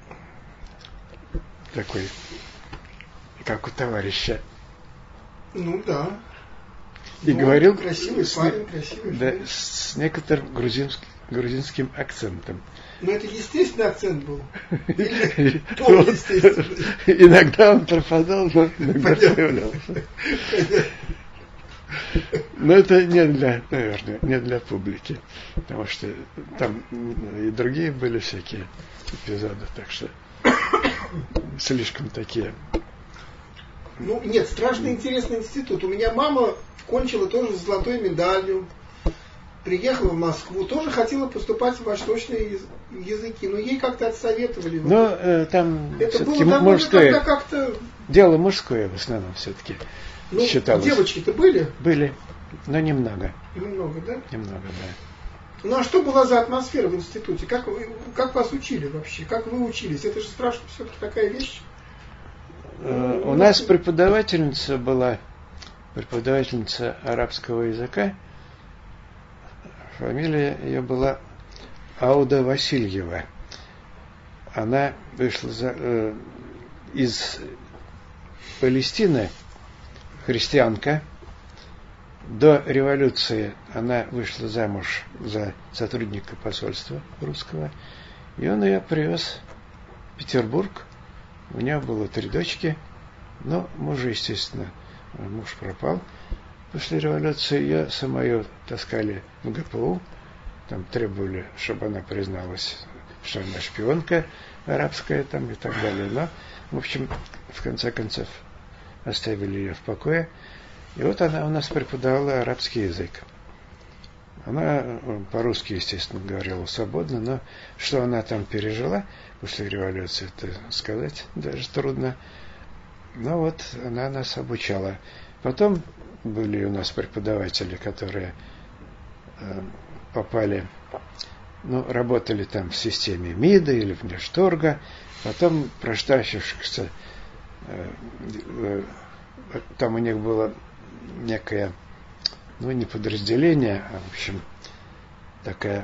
Такой, как у товарища. Ну да. И ну, говорил красивый с, парень, красивый да, френч. с некоторым грузинским, грузинским акцентом. Но это естественный акцент был? Или полуестественный? Иногда он пропадал, но иногда появлялся. Но это не для, наверное, не для публики. Потому что там и другие были всякие эпизоды, так что слишком такие. Ну, нет, страшно интересный институт. У меня мама кончила тоже с золотой медалью. Приехала в Москву, тоже хотела поступать в восточные языки, но ей как-то отсоветовали. Но э, там это все-таки было мужское. Как-то... Дело мужское в основном все-таки. Ну, считалось. Девочки-то были? Были, но немного. Немного, да? Немного, да. Ну а что была за атмосфера в институте? Как, вы, как вас учили вообще? Как вы учились? Это же страшно все-таки такая вещь. Э, у нас преподавательница была, преподавательница арабского языка. Фамилия ее была Ауда Васильева. Она вышла за, э, из Палестины, христианка. До революции она вышла замуж за сотрудника посольства русского. И он ее привез в Петербург. У нее было три дочки. Но мужа, естественно, муж пропал. После революции ее самую таскали в ГПУ. Там требовали, чтобы она призналась, что она шпионка арабская там и так далее. Но, в общем, в конце концов, оставили ее в покое. И вот она у нас преподавала арабский язык. Она по-русски, естественно, говорила свободно, но что она там пережила после революции, это сказать даже трудно. Но вот она нас обучала. Потом были у нас преподаватели, которые э, попали, ну, работали там в системе МИДа или внешторга, потом проштрафившихся, э, э, там у них было некое, ну, не подразделение, а, в общем, такая,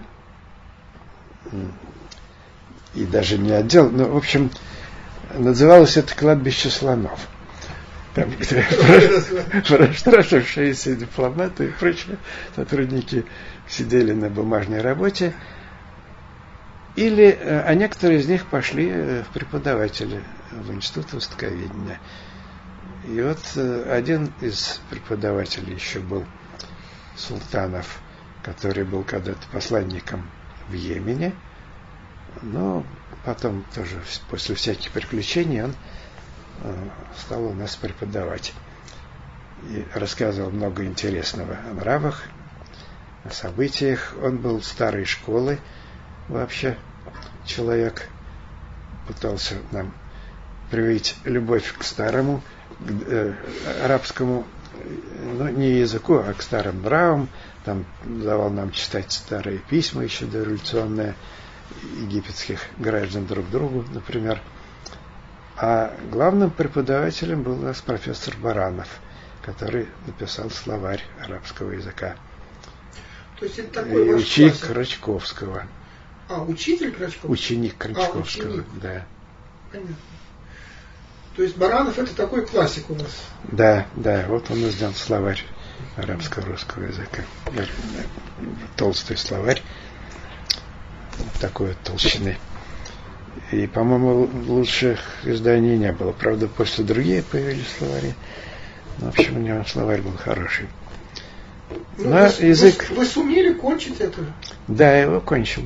и даже не отдел, но, в общем, называлось это кладбище слонов. Там проштрафившиеся дипломаты и прочие сотрудники сидели на бумажной работе. Или, а некоторые из них пошли в преподаватели в институт востоковедения. И вот один из преподавателей еще был Султанов, который был когда-то посланником в Йемене. Но потом тоже после всяких приключений он стал у нас преподавать. И рассказывал много интересного о нравах, о событиях. Он был старой школы вообще человек. Пытался нам привить любовь к старому, к э, арабскому ну, не языку, а к старым нравам. Там давал нам читать старые письма еще дореволюционные египетских граждан друг другу, например. А главным преподавателем был у нас профессор Баранов, который написал словарь арабского языка. То есть это такой и ваш ученик классик. Крачковского. А, учитель Крачковского? Ученик Крачковского, а, ученик. да. Понятно. То есть Баранов это такой классик у нас? Да, да, вот он издал словарь арабского русского языка. Толстый словарь такой толщины. И, по-моему, лучших изданий не было. Правда, после другие появились словари. Но, в общем, у него словарь был хороший. Ну, Но вы, язык... Вы, вы сумели кончить это? Да, я его кончил.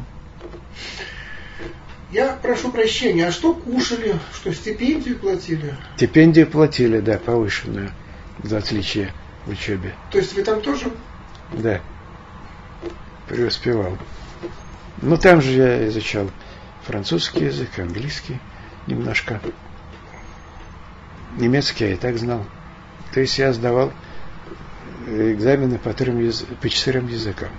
Я прошу прощения, а что кушали? Что, стипендию платили? Стипендию платили, да, повышенную, за отличие в учебе. То есть вы там тоже? Да, преуспевал. Ну, там же я изучал французский язык, английский немножко. Немецкий я и так знал. То есть я сдавал экзамены по, трем яз... по четырем языкам.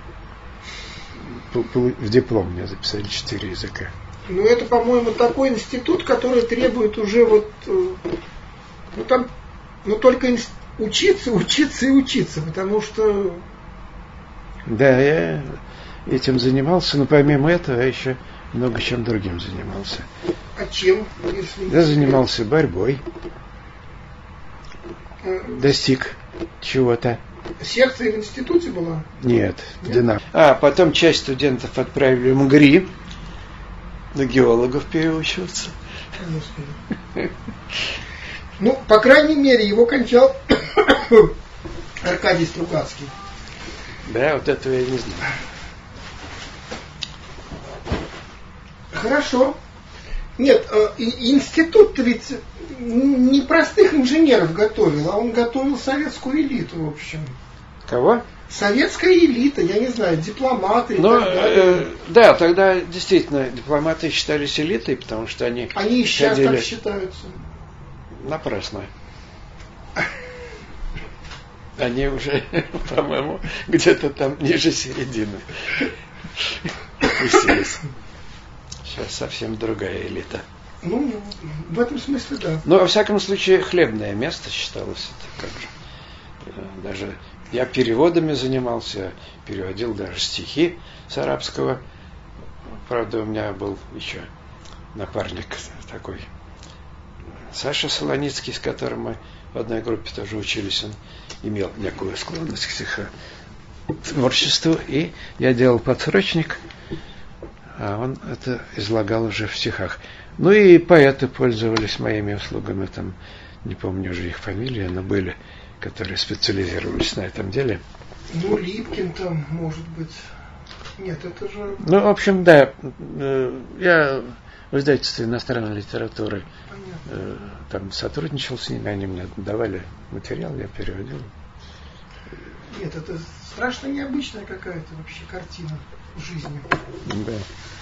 В диплом меня записали четыре языка. Ну, это, по-моему, такой институт, который требует уже вот... Ну, там... Ну, только учиться, учиться и учиться, потому что... Да, я этим занимался, но помимо этого я еще много чем другим занимался. А чем? Если... Я занимался борьбой. Достиг чего-то. Секция в институте была? Нет, в Динамо. А потом часть студентов отправили в МГРИ на геологов переучиваться. Ну, по крайней мере, его кончал Аркадий Стругацкий. Да, вот этого я не знаю. Хорошо. Нет, институт-то ведь не простых инженеров готовил, а он готовил советскую элиту, в общем. Кого? Советская элита, я не знаю, дипломаты. Ну, и так далее. э, да, тогда действительно дипломаты считались элитой, потому что они Они и сейчас ходили... так считаются. Напрасно. Они уже, по-моему, где-то там ниже середины опустились. Сейчас совсем другая элита. Ну, в этом смысле, да. Но, во всяком случае, хлебное место считалось это как же. Даже я переводами занимался, переводил даже стихи с арабского. Правда, у меня был еще напарник такой, Саша Солоницкий, с которым мы в одной группе тоже учились. Он имел некую склонность к стихотворчеству, и я делал подсрочник, а он это излагал уже в стихах. Ну и поэты пользовались моими услугами, там, не помню уже их фамилии, но были, которые специализировались на этом деле. Ну, Липкин там, может быть. Нет, это же... Ну, в общем, да, я в издательстве иностранной литературы э, там сотрудничал с ними, они мне давали материал, я переводил. Нет, это страшно необычная какая-то вообще картина жизни. Да.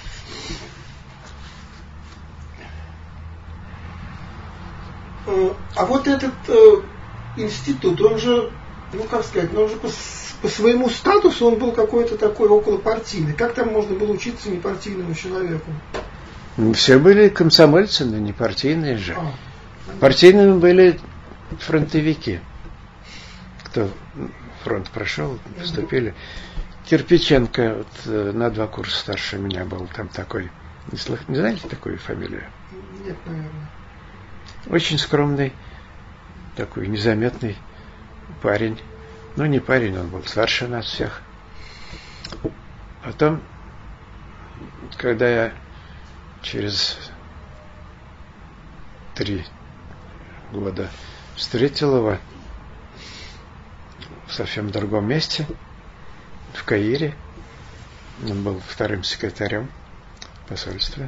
А вот этот э, институт, он же, ну как сказать, ну, он же по, по своему статусу он был какой-то такой околопартийный. Как там можно было учиться непартийному человеку? Все были комсомольцы, но не партийные же. А, партийными были фронтовики. Кто фронт прошел, поступили. Кирпиченко вот, на два курса старше меня был, там такой. Не, слых... не знаете такую фамилию? Нет, наверное. Очень скромный, такой незаметный парень. Ну, не парень, он был старше нас всех. Потом, когда я через три года встретил его в совсем другом месте, в Каире, он был вторым секретарем посольства,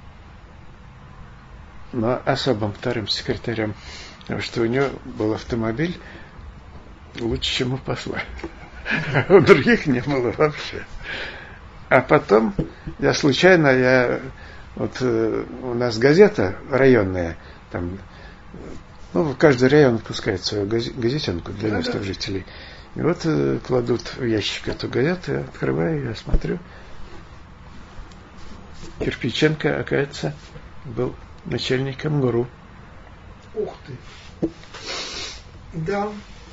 но особым вторым секретарем, потому что у него был автомобиль лучше, чем у посла. А у других не было вообще. А потом я случайно, я вот у нас газета районная, там Ну, каждый район выпускает свою газетенку для да, местных да. жителей. И вот э, кладут в ящик эту газету, я открываю, я смотрю. Кирпиченко, оказывается, был начальником ГРУ. Ух ты. Да.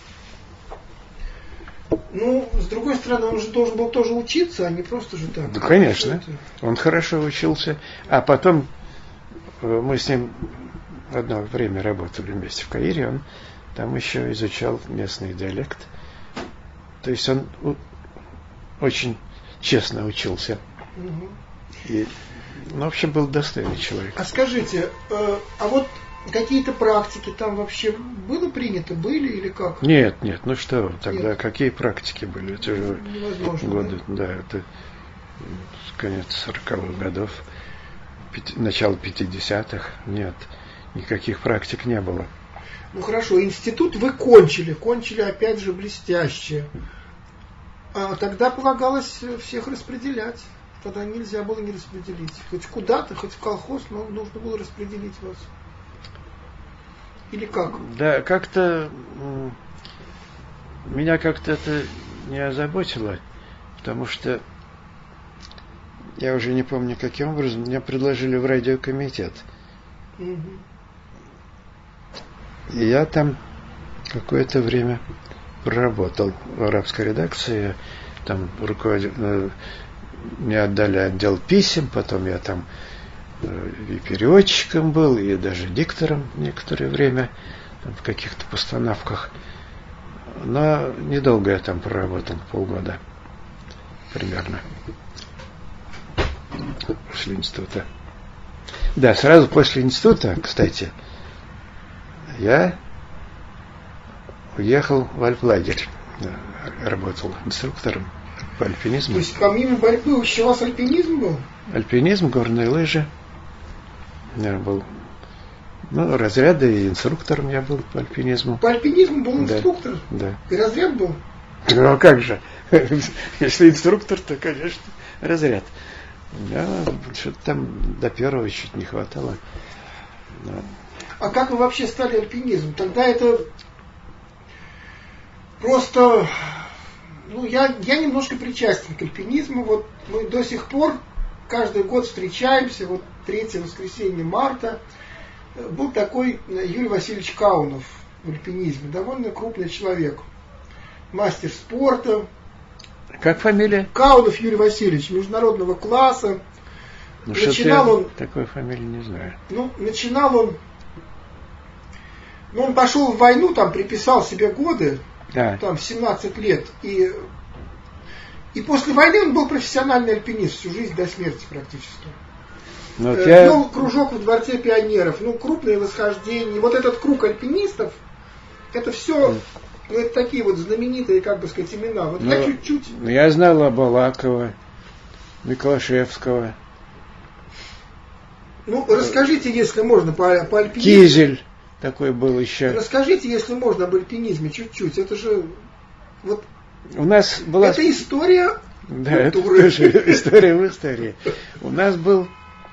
Ну, с другой стороны, он же должен был тоже учиться, а не просто же так. Да, конечно. Он хорошо учился. А потом мы с ним одно время работали вместе в Каире. Он там еще изучал местный диалект. То есть он очень честно учился. Угу. И, ну, в общем, был достойный человек. А скажите, э, а вот какие-то практики там вообще было принято, были или как? Нет, нет, ну что, тогда Нет. какие практики были? Это же Невозможно, годы, да? да, это конец сороковых годов, пяти, начало пятидесятых. Нет, никаких практик не было. Ну хорошо, институт вы кончили, кончили опять же блестяще. А тогда полагалось всех распределять. Тогда нельзя было не распределить. Хоть куда-то, хоть в колхоз, но нужно было распределить вас. Или как? Да, как-то меня как-то это не озаботило, потому что я уже не помню, каким образом меня предложили в радиокомитет. Угу. И я там какое-то время проработал в арабской редакции. Там руководил, мне отдали отдел писем, потом я там и переводчиком был, и даже диктором некоторое время там, в каких-то постановках. Но недолго я там проработал, полгода примерно. После института. Да, сразу после института, кстати, я уехал в альплагерь. Работал инструктором по альпинизму. То есть помимо борьбы еще у вас альпинизм был? Альпинизм, горные лыжи. Я был, ну, разряды, и инструктором я был по альпинизму. По альпинизму был инструктор? Да. И разряд был? Ну, а как же? Если инструктор, то, конечно, разряд. Да, что-то там до первого чуть не хватало. Да. А как вы вообще стали альпинизмом? Тогда это просто... Ну, я, я немножко причастен к альпинизму. Вот мы до сих пор каждый год встречаемся, вот третье воскресенье марта. Был такой Юрий Васильевич Каунов в альпинизме, довольно крупный человек. Мастер спорта. Как фамилия? Каунов Юрий Васильевич, международного класса. Ну, начинал он... Такой фамилии не знаю. Ну, начинал он... Ну, он пошел в войну, там приписал себе годы, да. Там семнадцать лет. И, и после войны он был профессиональный альпинист, всю жизнь до смерти практически. Ну, вот э, я... Вел кружок в Дворце пионеров, ну, крупные восхождения. Вот этот круг альпинистов, это все, mm. ну, это такие вот знаменитые, как бы сказать, имена. Вот ну, я чуть-чуть... Я знал Абалакова, Миклашевского. Ну, расскажите, если можно, по, по альпинизму. Кизель такой был еще. Расскажите, если можно, об альпинизме чуть-чуть. Это же... Вот, у нас была... это история да, культуры. Это тоже история в истории. У нас был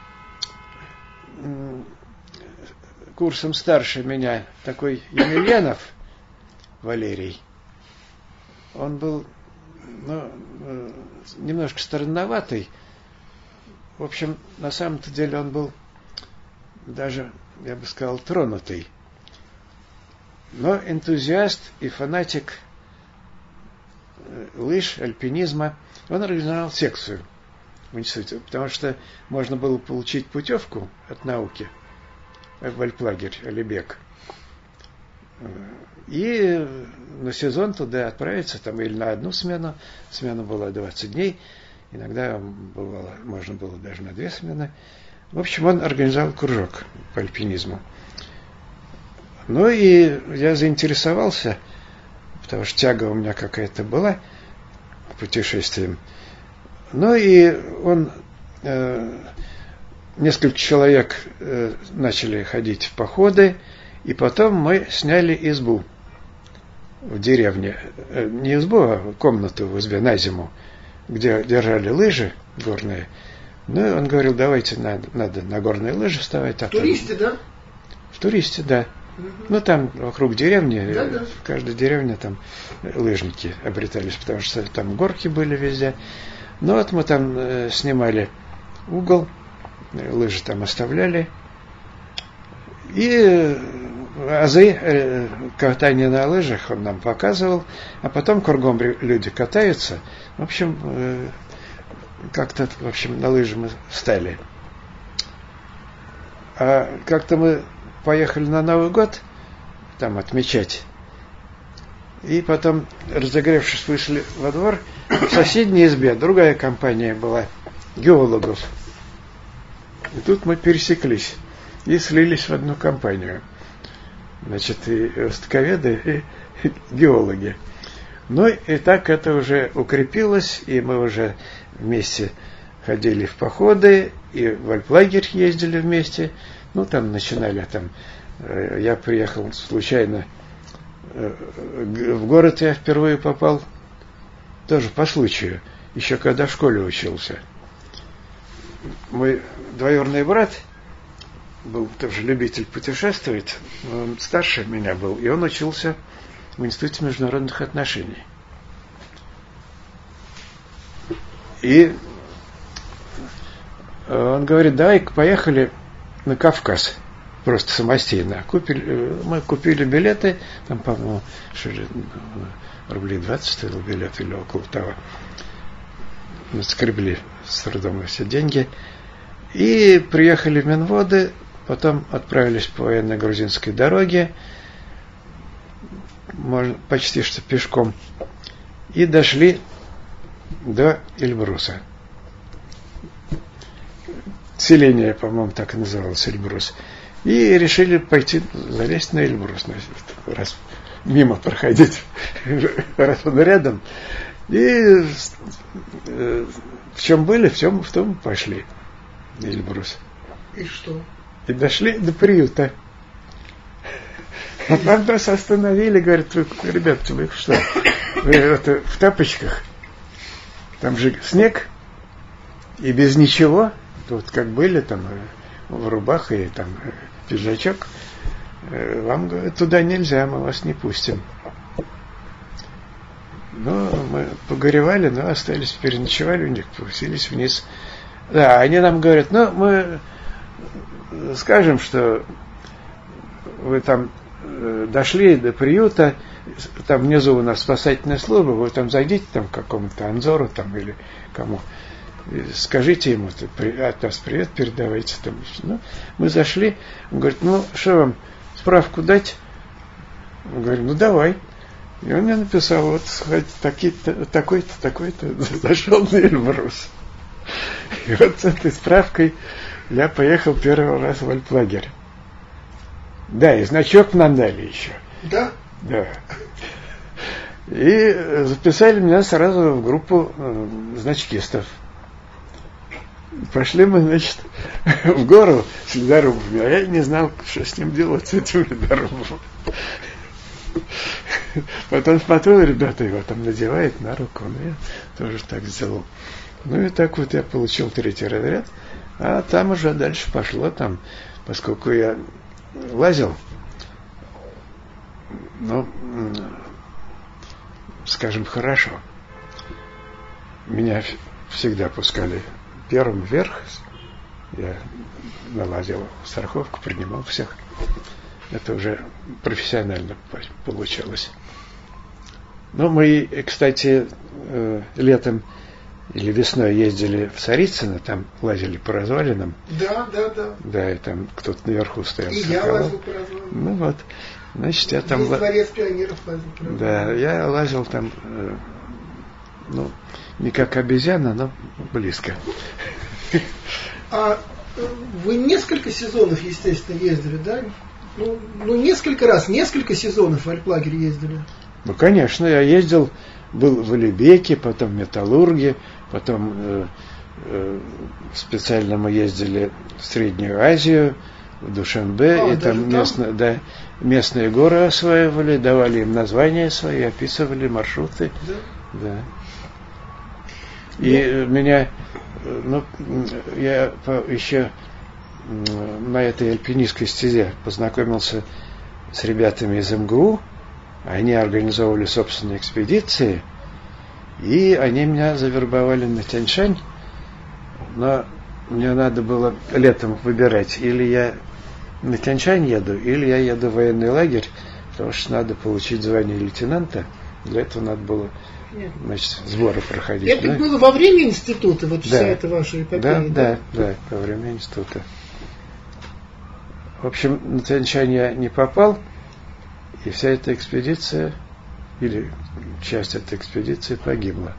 курсом старше меня такой Емельянов Валерий. Он был, ну, немножко странноватый. В общем, на самом-то деле он был даже, я бы сказал, тронутый. Но энтузиаст и фанатик лыж, альпинизма. Он организовал секцию в институте, потому что можно было получить путевку от науки в альплагерь Алибек. И на сезон туда отправиться, там или на одну смену. Смена была двадцать дней. Иногда бывало, можно было даже на две смены. В общем, он организовал кружок по альпинизму. Ну и я заинтересовался, потому что тяга у меня какая-то была к путешествиям. Ну и он, э, несколько человек э, начали ходить в походы, и потом мы сняли избу в деревне. Э, не избу, а комнату в избе на зиму, где держали лыжи горные. Ну и он говорил, давайте надо, надо на горные лыжи вставать. В туристе, да? В туристе, да. Ну, там вокруг деревни, Да, да. в каждой деревне там лыжники обретались, потому что там горки были везде. Ну, вот мы там э, снимали угол, лыжи там оставляли. И э, азы э, катания на лыжах он нам показывал, а потом кругом люди катаются. В общем, э, как-то, в общем, на лыжи мы стали. А как-то мы поехали на Новый год там отмечать. И потом, разогревшись, вышли во двор. В соседней избе другая компания была, геологов. И тут мы пересеклись и слились в одну компанию. Значит, и востоковеды, и геологи. Ну и так это уже укрепилось, и мы уже вместе ходили в походы, и в альплагерь ездили вместе. Ну, там начинали, там, э, я приехал случайно э, в город, я впервые попал, тоже по случаю, еще когда в школе учился. Мой двоюродный брат был тоже любитель путешествовать, он старше меня был, и он учился в Институте международных отношений. И он говорит, давай-ка поехали на Кавказ, просто самостоятельно. Купили, мы купили билеты, там, по-моему, рублей двадцать стоил билет или около того. Мы скребли с трудом все деньги. И приехали в Минводы, потом отправились по военно-грузинской дороге, можно, почти что пешком, и дошли до Эльбруса. Селение, по-моему, так и называлось, Эльбрус. И решили пойти залезть на Эльбрус, раз мимо проходить, раз он рядом. И в чем были, в чем в том пошли на Эльбрус. И что? И дошли до приюта. А там нас остановили, говорят, ребята, вы что, вы это, в тапочках? Там же снег, и без ничего, вот как были там в рубах и там пиджачок, вам, говорят, туда нельзя, мы вас не пустим. Ну, мы погоревали, но остались, переночевали у них, пустились вниз. Да, они нам говорят, ну, мы скажем, что вы там дошли до приюта, там внизу у нас спасательная служба, вы там зайдите там к какому-то Анзору там или кому, скажите ему, от нас привет передавайте там. Ну, мы зашли, он говорит, ну, что вам, справку дать? Мы говорим, ну, давай. И он мне написал, вот такой-то, такой-то, зашел на Эльбрус. И вот с этой справкой я поехал первый раз в альплагерь. Да, и значок нам дали еще. Да? Да. И записали меня сразу в группу э, значкистов. Пошли мы, значит, в гору с ледорубами, а я не знал, что с ним делать, с этим ледорубом. Потом смотрел, ребята его там надевают на руку, ну я тоже так сделал. Ну и так вот я получил третий разряд, а там уже дальше пошло, там, поскольку я лазил, ну, скажем, хорошо. Меня всегда пускали первым вверх, я налазил страховку, принимал всех. Это уже профессионально получалось. Ну, мы, кстати, летом или весной ездили в Царицыно, там лазили по развалинам. Да, да, да. Да, и там кто-то наверху стоял. И я лазил по развалинам. Ну вот, значит, я там... Весь дворец пионеров лазил по развалинам. Да, я лазил там, ну, не как обезьяна, но близко. А вы несколько сезонов, естественно, ездили, да? Ну, ну, несколько раз, несколько сезонов в альплагерь ездили. Ну, конечно, я ездил, был в Алибеке, потом в Металлурге, потом э, э, специально мы ездили в Среднюю Азию, в Душанбе, а, и там, местно, да, местные горы осваивали, давали им названия свои, описывали маршруты. Да. Да. И ну, меня, ну, я еще на этой альпинистской стезе познакомился с ребятами из эм гэ у. Они организовывали собственные экспедиции, и они меня завербовали на Тянь-Шань, но мне надо было летом выбирать, или я на Тянь-Шань еду, или я еду в военный лагерь, потому что надо получить звание лейтенанта. Для этого надо было, значит, сборы проходить. Это ну, было во время института, вот да, вся эта ваша эпопея? Да, да, да, да, во время института. В общем, на Тянь-Шань я не попал, и вся эта экспедиция, или часть этой экспедиции погибла.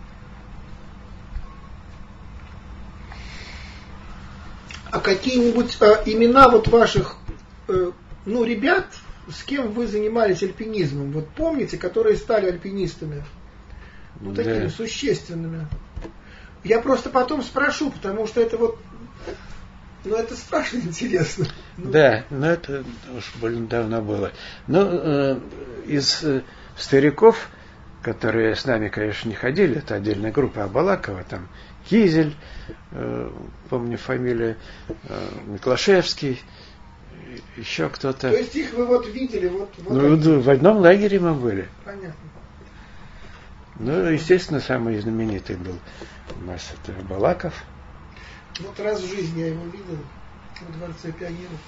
А какие-нибудь а, имена вот ваших, э, ну, ребят, с кем вы занимались альпинизмом, вот помните, которые стали альпинистами? Ну, Да. такими существенными. Я просто потом спрошу, потому что это вот, ну, это страшно интересно. Ну, Да, но это уж больно давно было. Но э, из э, стариков, которые с нами, конечно, не ходили, это отдельная группа Абалакова, там Кизель, э, помню фамилия, э, Миклашевский, еще кто-то. То есть их вы вот видели, вот, вот Ну, они. в одном лагере мы были. Понятно. Ну, естественно, самый знаменитый был у нас это Абалаков. Вот раз в жизни я его видел в Дворце пионеров.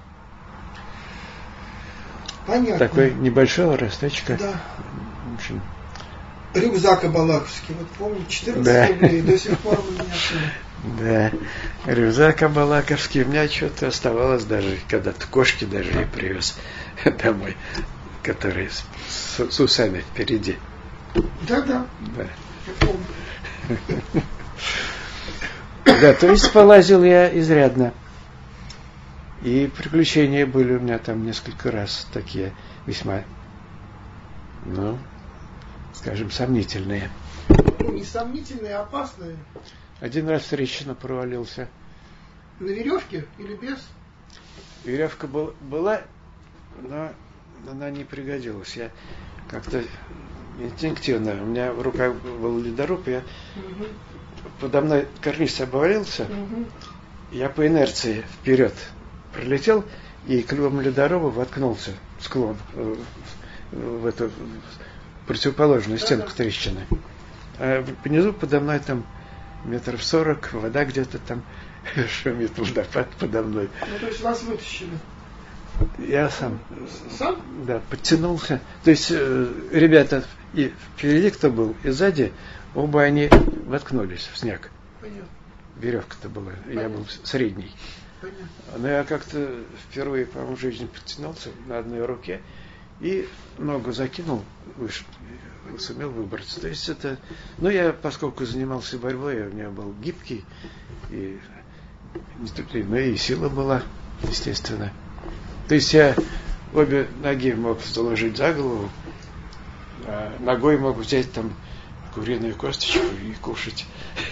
Понятно. Такой небольшого росточка. Да. В общем, Рюкзак Абалаковский, вот помню, четырнадцать Да. рублей, до сих пор у меня. да, рюкзак Абалаковский. У меня что-то оставалось даже, когда-то кошки даже я привез домой, которые с, с- с усами впереди. Да-да, Да. я помню. Да, то есть полазил я изрядно. И приключения были у меня там несколько раз такие весьма, ну, скажем, сомнительные. Ну, несомнительные, опасные. Один раз трещина провалился. На веревке или без? Веревка был, была, но она не пригодилась. Я как-то инстинктивно, у меня в руках был ледоруб, я Угу. подо мной карниз обвалился, Угу. я по инерции вперед пролетел и клювом ледоруба воткнулся в склон, э, в эту противоположную стенку трещины. А внизу подо мной там метров сорок, вода где-то там шумит, водопад подо мной. Ну, то есть вас вытащили. Я сам, Сам? да, подтянулся. То есть э, ребята и впереди кто был, и сзади, оба они воткнулись в снег. Понятно. Веревка-то была, я был средний. Понятно. Но я как-то впервые, по-моему, в жизни подтянулся на одной руке и ногу закинул выше, сумел выбраться. То есть это... Ну, я, поскольку занимался борьбой, у меня был гибкий, и дисциплина, и сила была, естественно. То есть я обе ноги мог заложить за голову, а ногой мог взять там куриную косточку и кушать.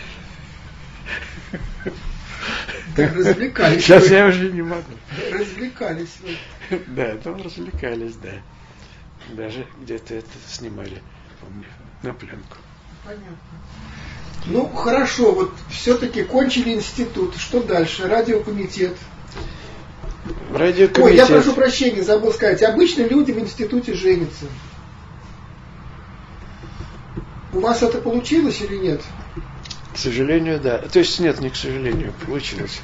Да, развлекались Сейчас вы. я уже не могу. Развлекались вы. Да, там развлекались, да. Даже где-то это снимали, помню, на пленку. Понятно. Ну, хорошо, вот все-таки кончили институт. Что дальше? Радиокомитет. Радиокомитет. Ой, я прошу прощения, забыл сказать. Обычно люди в институте женятся. У вас это получилось или нет? К сожалению, да. То есть нет, не к сожалению, получилось.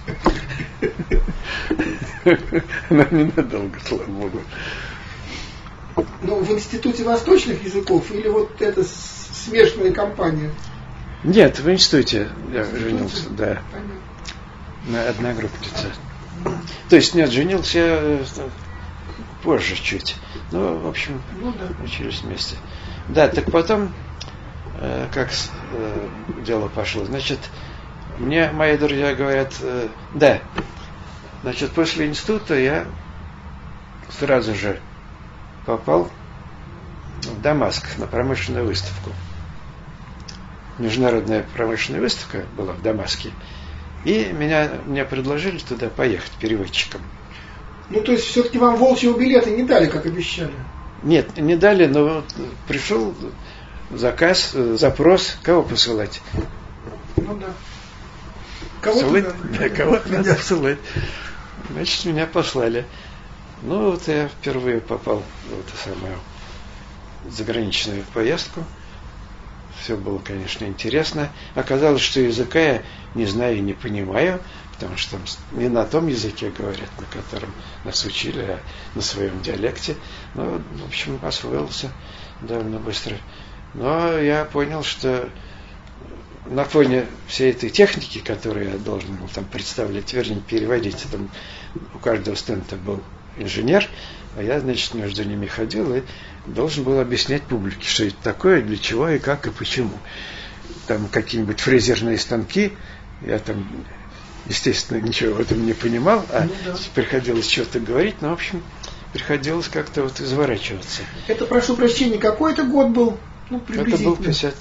Но ненадолго, слава богу. Ну, в институте восточных языков или вот это с- смешанная компания? Нет, в институте я В институте? женился, да, Понятно. на одногруппнице. То есть нет, женился я э, позже чуть. Ну, в общем, Ну да. учились вместе. Да, так потом, э, как с- э, дело пошло, значит, мне мои друзья говорят, э, да, значит, после института я сразу же попал в Дамаск на промышленную выставку. Международная промышленная выставка была в Дамаске. И меня, мне предложили туда поехать переводчиком. Ну, то есть, все-таки вам волчьего билета не дали, как обещали? Нет, не дали, но вот пришел заказ, э, запрос, кого посылать. Ну да. Кого Посылать? туда? Да, кого надо посылать. Значит, меня послали. Ну, вот я впервые попал в эту самую заграничную поездку. Все было, конечно, интересно. Оказалось, что языка я не знаю и не понимаю, потому что не на том языке говорят, на котором нас учили, а на своем диалекте. Ну, в общем, освоился довольно быстро. Но я понял, что на фоне всей этой техники, которую я должен был там представлять, вернее, переводить, там у каждого студента был инженер, а я, значит, между ними ходил и должен был объяснять публике, что это такое, для чего и как и почему. Там какие-нибудь фрезерные станки, я там, естественно, ничего в этом не понимал, а ну, да. приходилось что-то говорить, но, в общем, приходилось как-то вот изворачиваться. Это, прошу прощения, какой это год был? Ну, приблизительно. Это был пятьдесят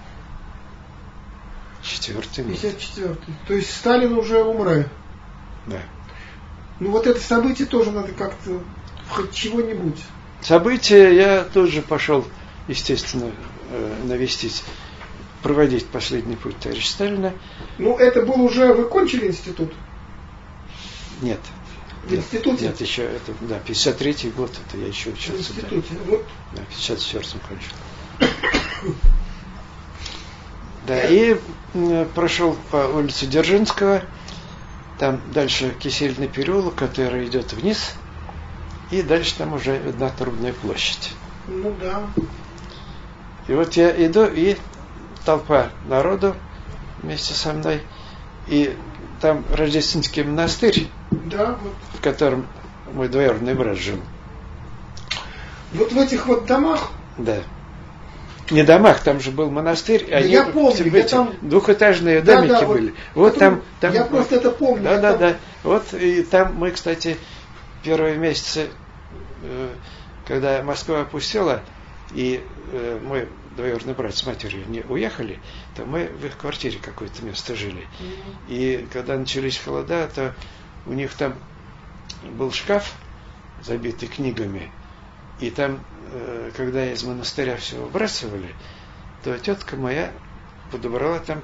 четвёртый год. пятьдесят четвёртый. То есть Сталин уже умер. Да. Ну вот это событие тоже надо как-то хоть чего-нибудь. События я тоже пошел, естественно, навестить, проводить последний путь товарища Сталина. Ну это был уже, вы кончили институт? Нет. В институте? Нет, еще это, да, пятьдесят третий год, это я еще учился. В институте, да. Вот. Да, в пятьдесят четвёртом кончил. Да, и прошел по улице Дзержинского, там дальше Кисельный переулок, который идет вниз, и дальше там уже видна Трубная площадь. Ну да. И вот я иду, и толпа народу вместе со мной, и там Рождественский монастырь, да, вот. в котором мой двоюродный брат жил. Вот в этих вот домах? Да. Не домах, там же был монастырь, да они я помню, я там... двухэтажные домики да, да, были. Вот, вот там, там. Я просто это помню. Да, да, там... да. Вот и там мы, кстати, первые месяцы, когда Москва опустела, и мой двоюродный брат с матерью не уехали, то мы в их квартире какое-то место жили. Mm-hmm. И когда начались холода, то у них там был шкаф, забитый книгами, и там, когда из монастыря все выбрасывали, то тетка моя подобрала там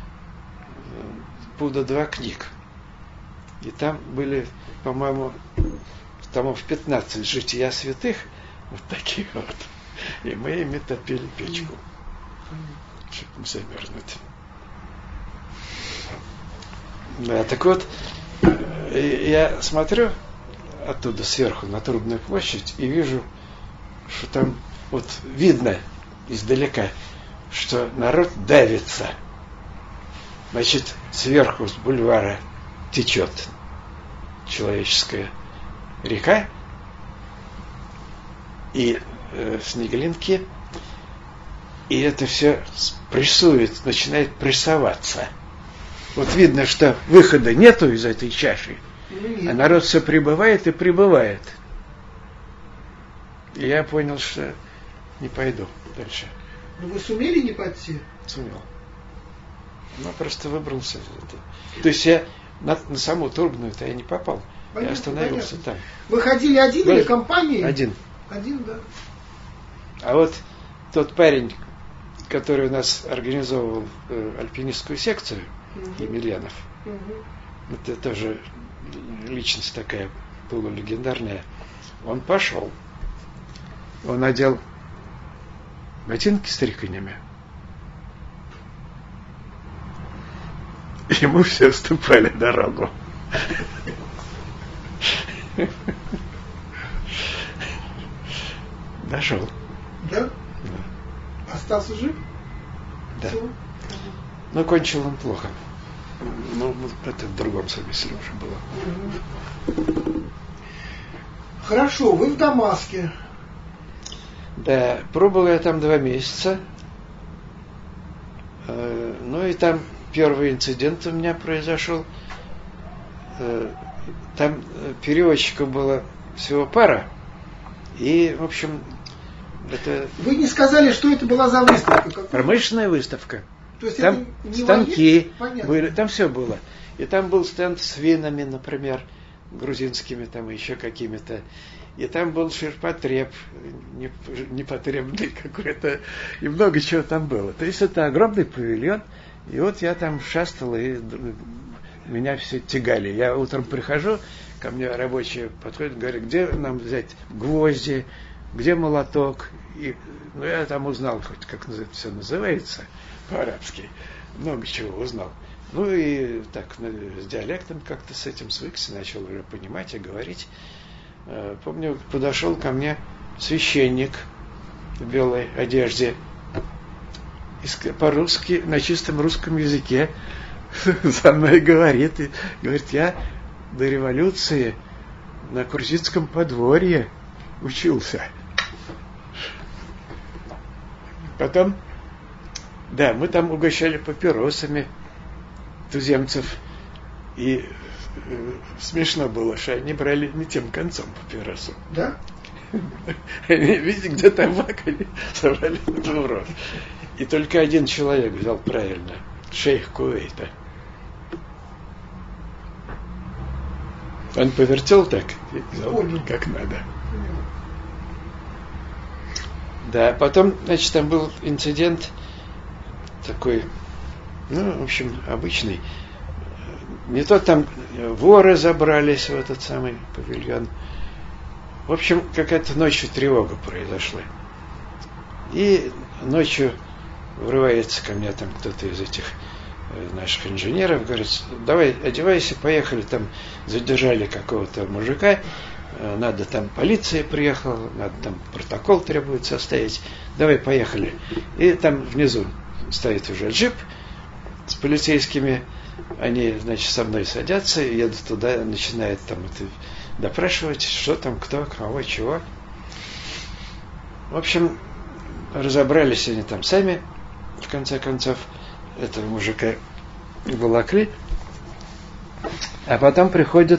пуда два книг. И там были, по-моему, томов пятнадцать «Жития святых», вот такие вот. И мы ими топили печку, чтобы не замерзнуть. Да, так вот, я смотрю оттуда сверху на Трубную площадь и вижу, что там вот видно издалека, что народ давится. Значит, сверху с бульвара течет человеческая река и э, снеглинки, и это все прессует, начинает прессоваться. Вот видно, что выхода нету из этой чаши, а народ все прибывает и прибывает. И я понял, что не пойду дальше. Но вы сумели не пойти? Сумел. Ну, просто выбрался. То есть я на, на саму Трубную-то я не попал. Понятно, я остановился понятно. Там. Вы ходили один Вы... или компанией? Один. Один, да. А вот тот парень, который у нас организовывал э, альпинистскую секцию, угу. Емельянов, угу. это тоже личность такая полулегендарная, он пошел. Он надел ботинки с триконями. Ему все уступали дорогу. Дошел. Да? Да. Остался жив? Да. Все? Но кончил он плохо. Ну, это в другом смысле уже было. Хорошо, вы в Дамаске. Да, пробовал я там два месяца. Ну и там первый инцидент у меня произошел. Там переводчиков было всего пара. И, в общем, это... Вы не сказали, что это была за выставка? Какую? Промышленная выставка. То есть там это не станки были, там все было. И там был стенд с винами, например, грузинскими, там еще какими-то. И там был ширпотреб, непотребный какой-то, и много чего там было. То есть это огромный павильон, и вот я там шастал и меня все тягали. Я утром прихожу, ко мне рабочие подходят, говорят, где нам взять гвозди, где молоток. И, ну, я там узнал, хоть как это все называется по-арабски. Много чего узнал. Ну и так, с диалектом как-то с этим свыкся, начал уже понимать и говорить. Помню, подошел ко мне священник в белой одежде, по-русски, на чистом русском языке со мной говорит. И говорит, я до революции на Курзицком подворье учился. Потом, да, мы там угощали папиросами туземцев. И э, смешно было, что они брали не тем концом папиросу. Да? Они, видите, где табак, они собрали в рот. И только один человек взял правильно. Шейх Кувейта. Он повертел так и взял как надо. Да, потом, значит, там был инцидент такой, ну, в общем, обычный. Не то там воры забрались в этот самый павильон. В общем, какая-то ночью тревога произошла. И ночью врывается ко мне там кто-то из этих наших инженеров, говорит, давай, одевайся, поехали, там задержали какого-то мужика, надо там, полиция приехала, надо там протокол требует составить, давай, поехали. И там внизу стоит уже джип с полицейскими, они, значит, со мной садятся, едут туда, начинают там это допрашивать, что там, кто, кого, чего. В общем, разобрались они там сами, в конце концов, этого мужика волокли, а потом приходит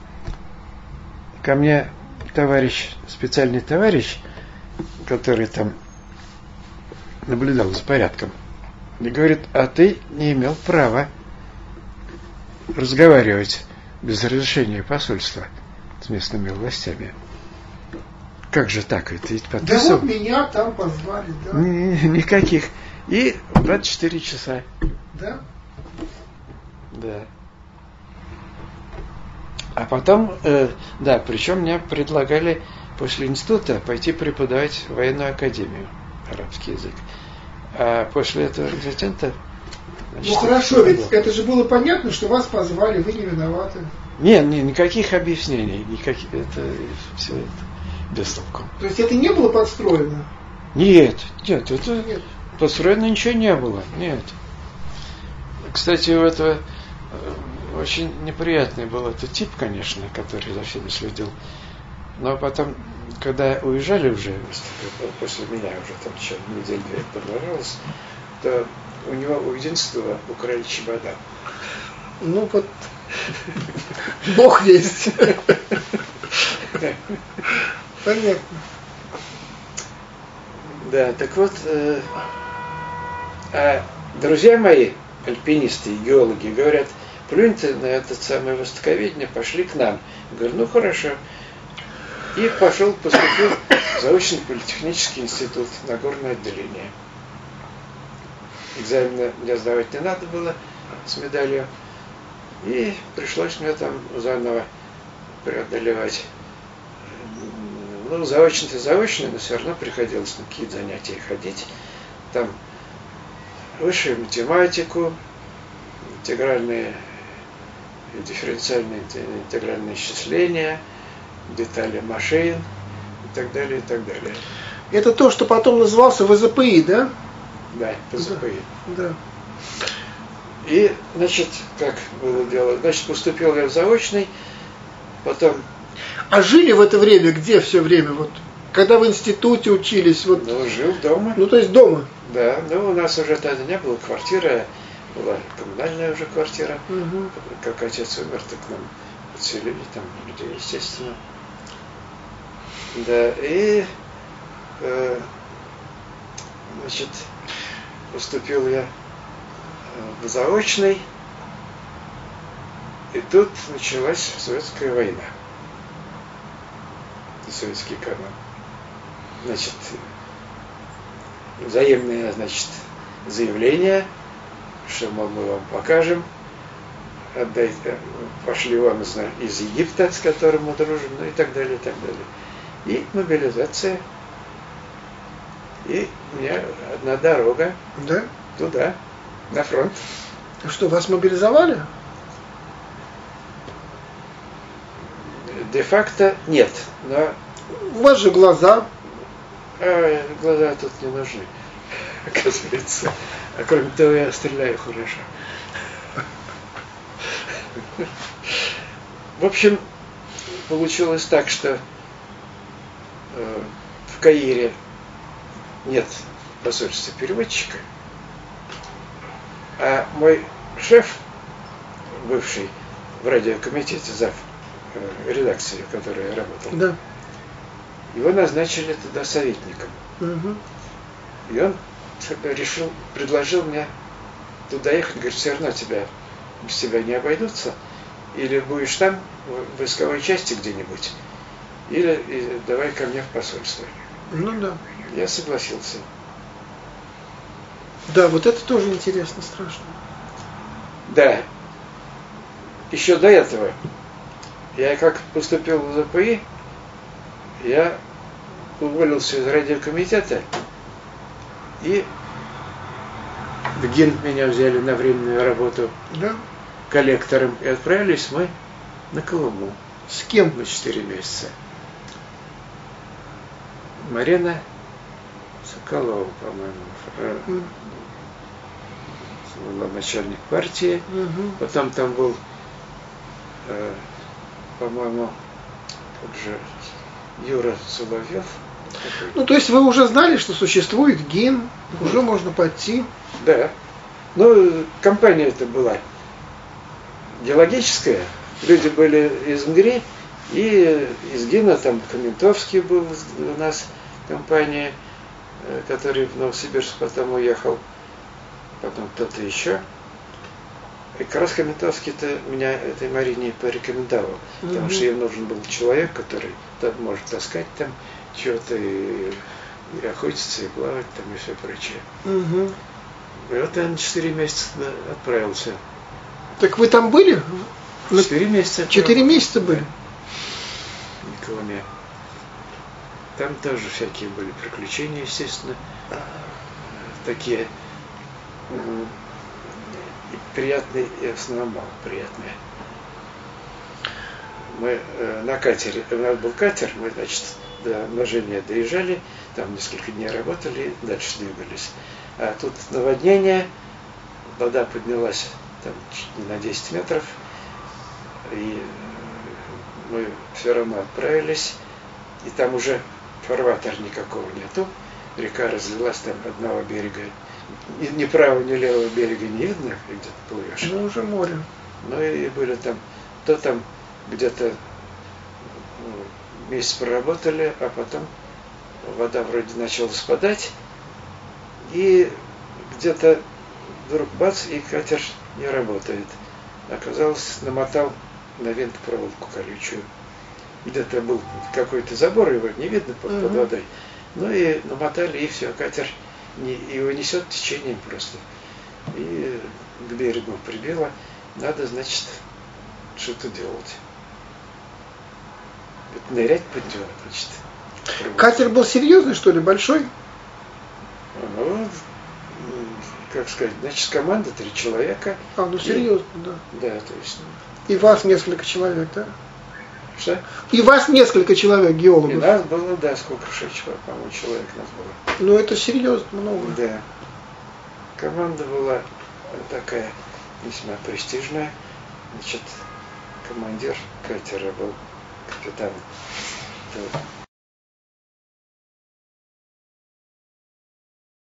ко мне товарищ, специальный товарищ, который там наблюдал за порядком, и говорит, а ты не имел права разговаривать без разрешения посольства с местными властями. Как же так? Это ведь подписал. Да вот меня там позвали, да. Никаких. И двадцать четыре часа. Да? Да. А потом, э, да, причем мне предлагали после института пойти преподавать в военную академию, арабский язык. А после этого инцидента... Ну хорошо, ведь это же было понятно, что вас позвали, вы не виноваты. Нет, нет, никаких объяснений, никаких, это все это без толку. То есть это не было подстроено? Нет, нет, это нет. Подстроено ничего не было, нет. Кстати, у этого очень неприятный был этот тип, конечно, который за всеми следил. Но потом, когда уезжали уже, после меня уже там еще неделю-две продолжалось, то у него у единства украли чемодан. Ну вот, Бог есть. Понятно. Да, так вот, э, а друзья мои, альпинисты и геологи, говорят, плюнь ты на этот самое востоковедение, пошли к нам. Я говорю, ну хорошо. И пошел, поступил в заочный политехнический институт, Нагорное отделение. Экзамены мне сдавать не надо было с медалью. И пришлось мне там заново преодолевать. Ну, заочно-то заочно, но все равно приходилось на какие-то занятия ходить. Там высшую математику, интегральные и дифференциальные интегральные исчисления, детали машин и так далее, и так далее. Это то, что потом назывался вэ зэ пэ и, да? Да, вэ зэ пэ и. Да. И, значит, как было дело? Значит, поступил я в заочный, потом... А жили в это время где все время? Вот, когда в институте учились? Вот... Ну, жил дома. Ну, то есть дома? Да, ну, у нас уже тогда не было квартиры, была коммунальная уже квартира. Угу. Как отец умер, так нам подселили там людей, естественно. Да, и, э, значит, поступил я в заочный, и тут началась Советская война. Советский канал. Значит, взаимное, значит, заявление, что, мол, мы вам покажем, отдай, пошли вон из Египта, с которым мы дружим, ну и так далее, и так далее. И мобилизация. И у меня одна дорога Да? туда, на фронт. Что, вас мобилизовали? Де-факто нет, но... У вас же глаза. А, глаза тут не нужны, оказывается. А кроме того, я стреляю хорошо. В общем, получилось так, что э, в Каире нет посольства переводчика, а мой шеф, бывший в радиокомитете, зав э, редакции, в которой я работал, Да. его назначили туда советником. Угу. И он решил, предложил мне туда ехать, говорит, все равно тебя, без тебя не обойдутся, или будешь там, в войсковой части где-нибудь, или и давай ко мне в посольство. Ну да. Я согласился. Да, вот это тоже интересно, страшно. Да. Еще до этого, я как поступил в ЗПИ, я уволился из радиокомитета, и в ГИН меня взяли на временную работу Да? коллектором, и отправились мы на Колыму С кем? на четыре месяца. Марина Соколова, по-моему, М. была начальник партии. Угу. Потом там был, э, по-моему, как же, Юра Соловьев. Ну, то есть вы уже знали, что существует ГИН, уже можно пойти. Да. Ну, компания это была геологическая. Люди были из МГРИ, и из ГИНа там Каментовский был у нас компания, который в Новосибирск потом уехал, потом кто-то еще. И как раз Каментовский-то меня этой Марине порекомендовал, потому Мгм. что ей нужен был человек, который там может таскать там что-то и, и охотиться, и плавать там, и все прочее. Угу. И вот я на четыре месяца туда отправился. Так вы там были? На Четыре месяца. Четыре месяца были? На Колыме. Там тоже всякие были приключения, естественно. Такие м, и приятные, и в основном мало приятные. Мы э, на катере, у нас был катер, мы, значит, до Ножения доезжали, там несколько дней работали, дальше двигались. А тут наводнение, вода поднялась там чуть не на десять метров, и мы все равно отправились, и там уже фарватера никакого нету, река разлилась, там одного берега, ни, ни правого, ни левого берега не видно, где ты плывешь. Ну, уже море. Ну и были там, то там где-то ну, месяц проработали, а потом вода вроде начала спадать, и где-то вдруг бац, и катер не работает. Оказалось, намотал на винт проволоку колючую. Где-то был какой-то забор, его не видно под, под водой. Ну и намотали, и все, катер не, его несет течением просто. И к берегу прибило. Надо, значит, что-то делать. Вот нырять под него, значит. Катер был серьезный, что ли, большой? Ну, как сказать, значит, команда три человека. А, ну И- серьезно, да. Да, то есть. И вас несколько человек, да? Что? И вас несколько человек, И геологов. нас было, да, сколько, шесть, по-моему, человек нас было. Ну это серьезно, много. Да. Команда была такая весьма престижная. Значит, командир катера был капитан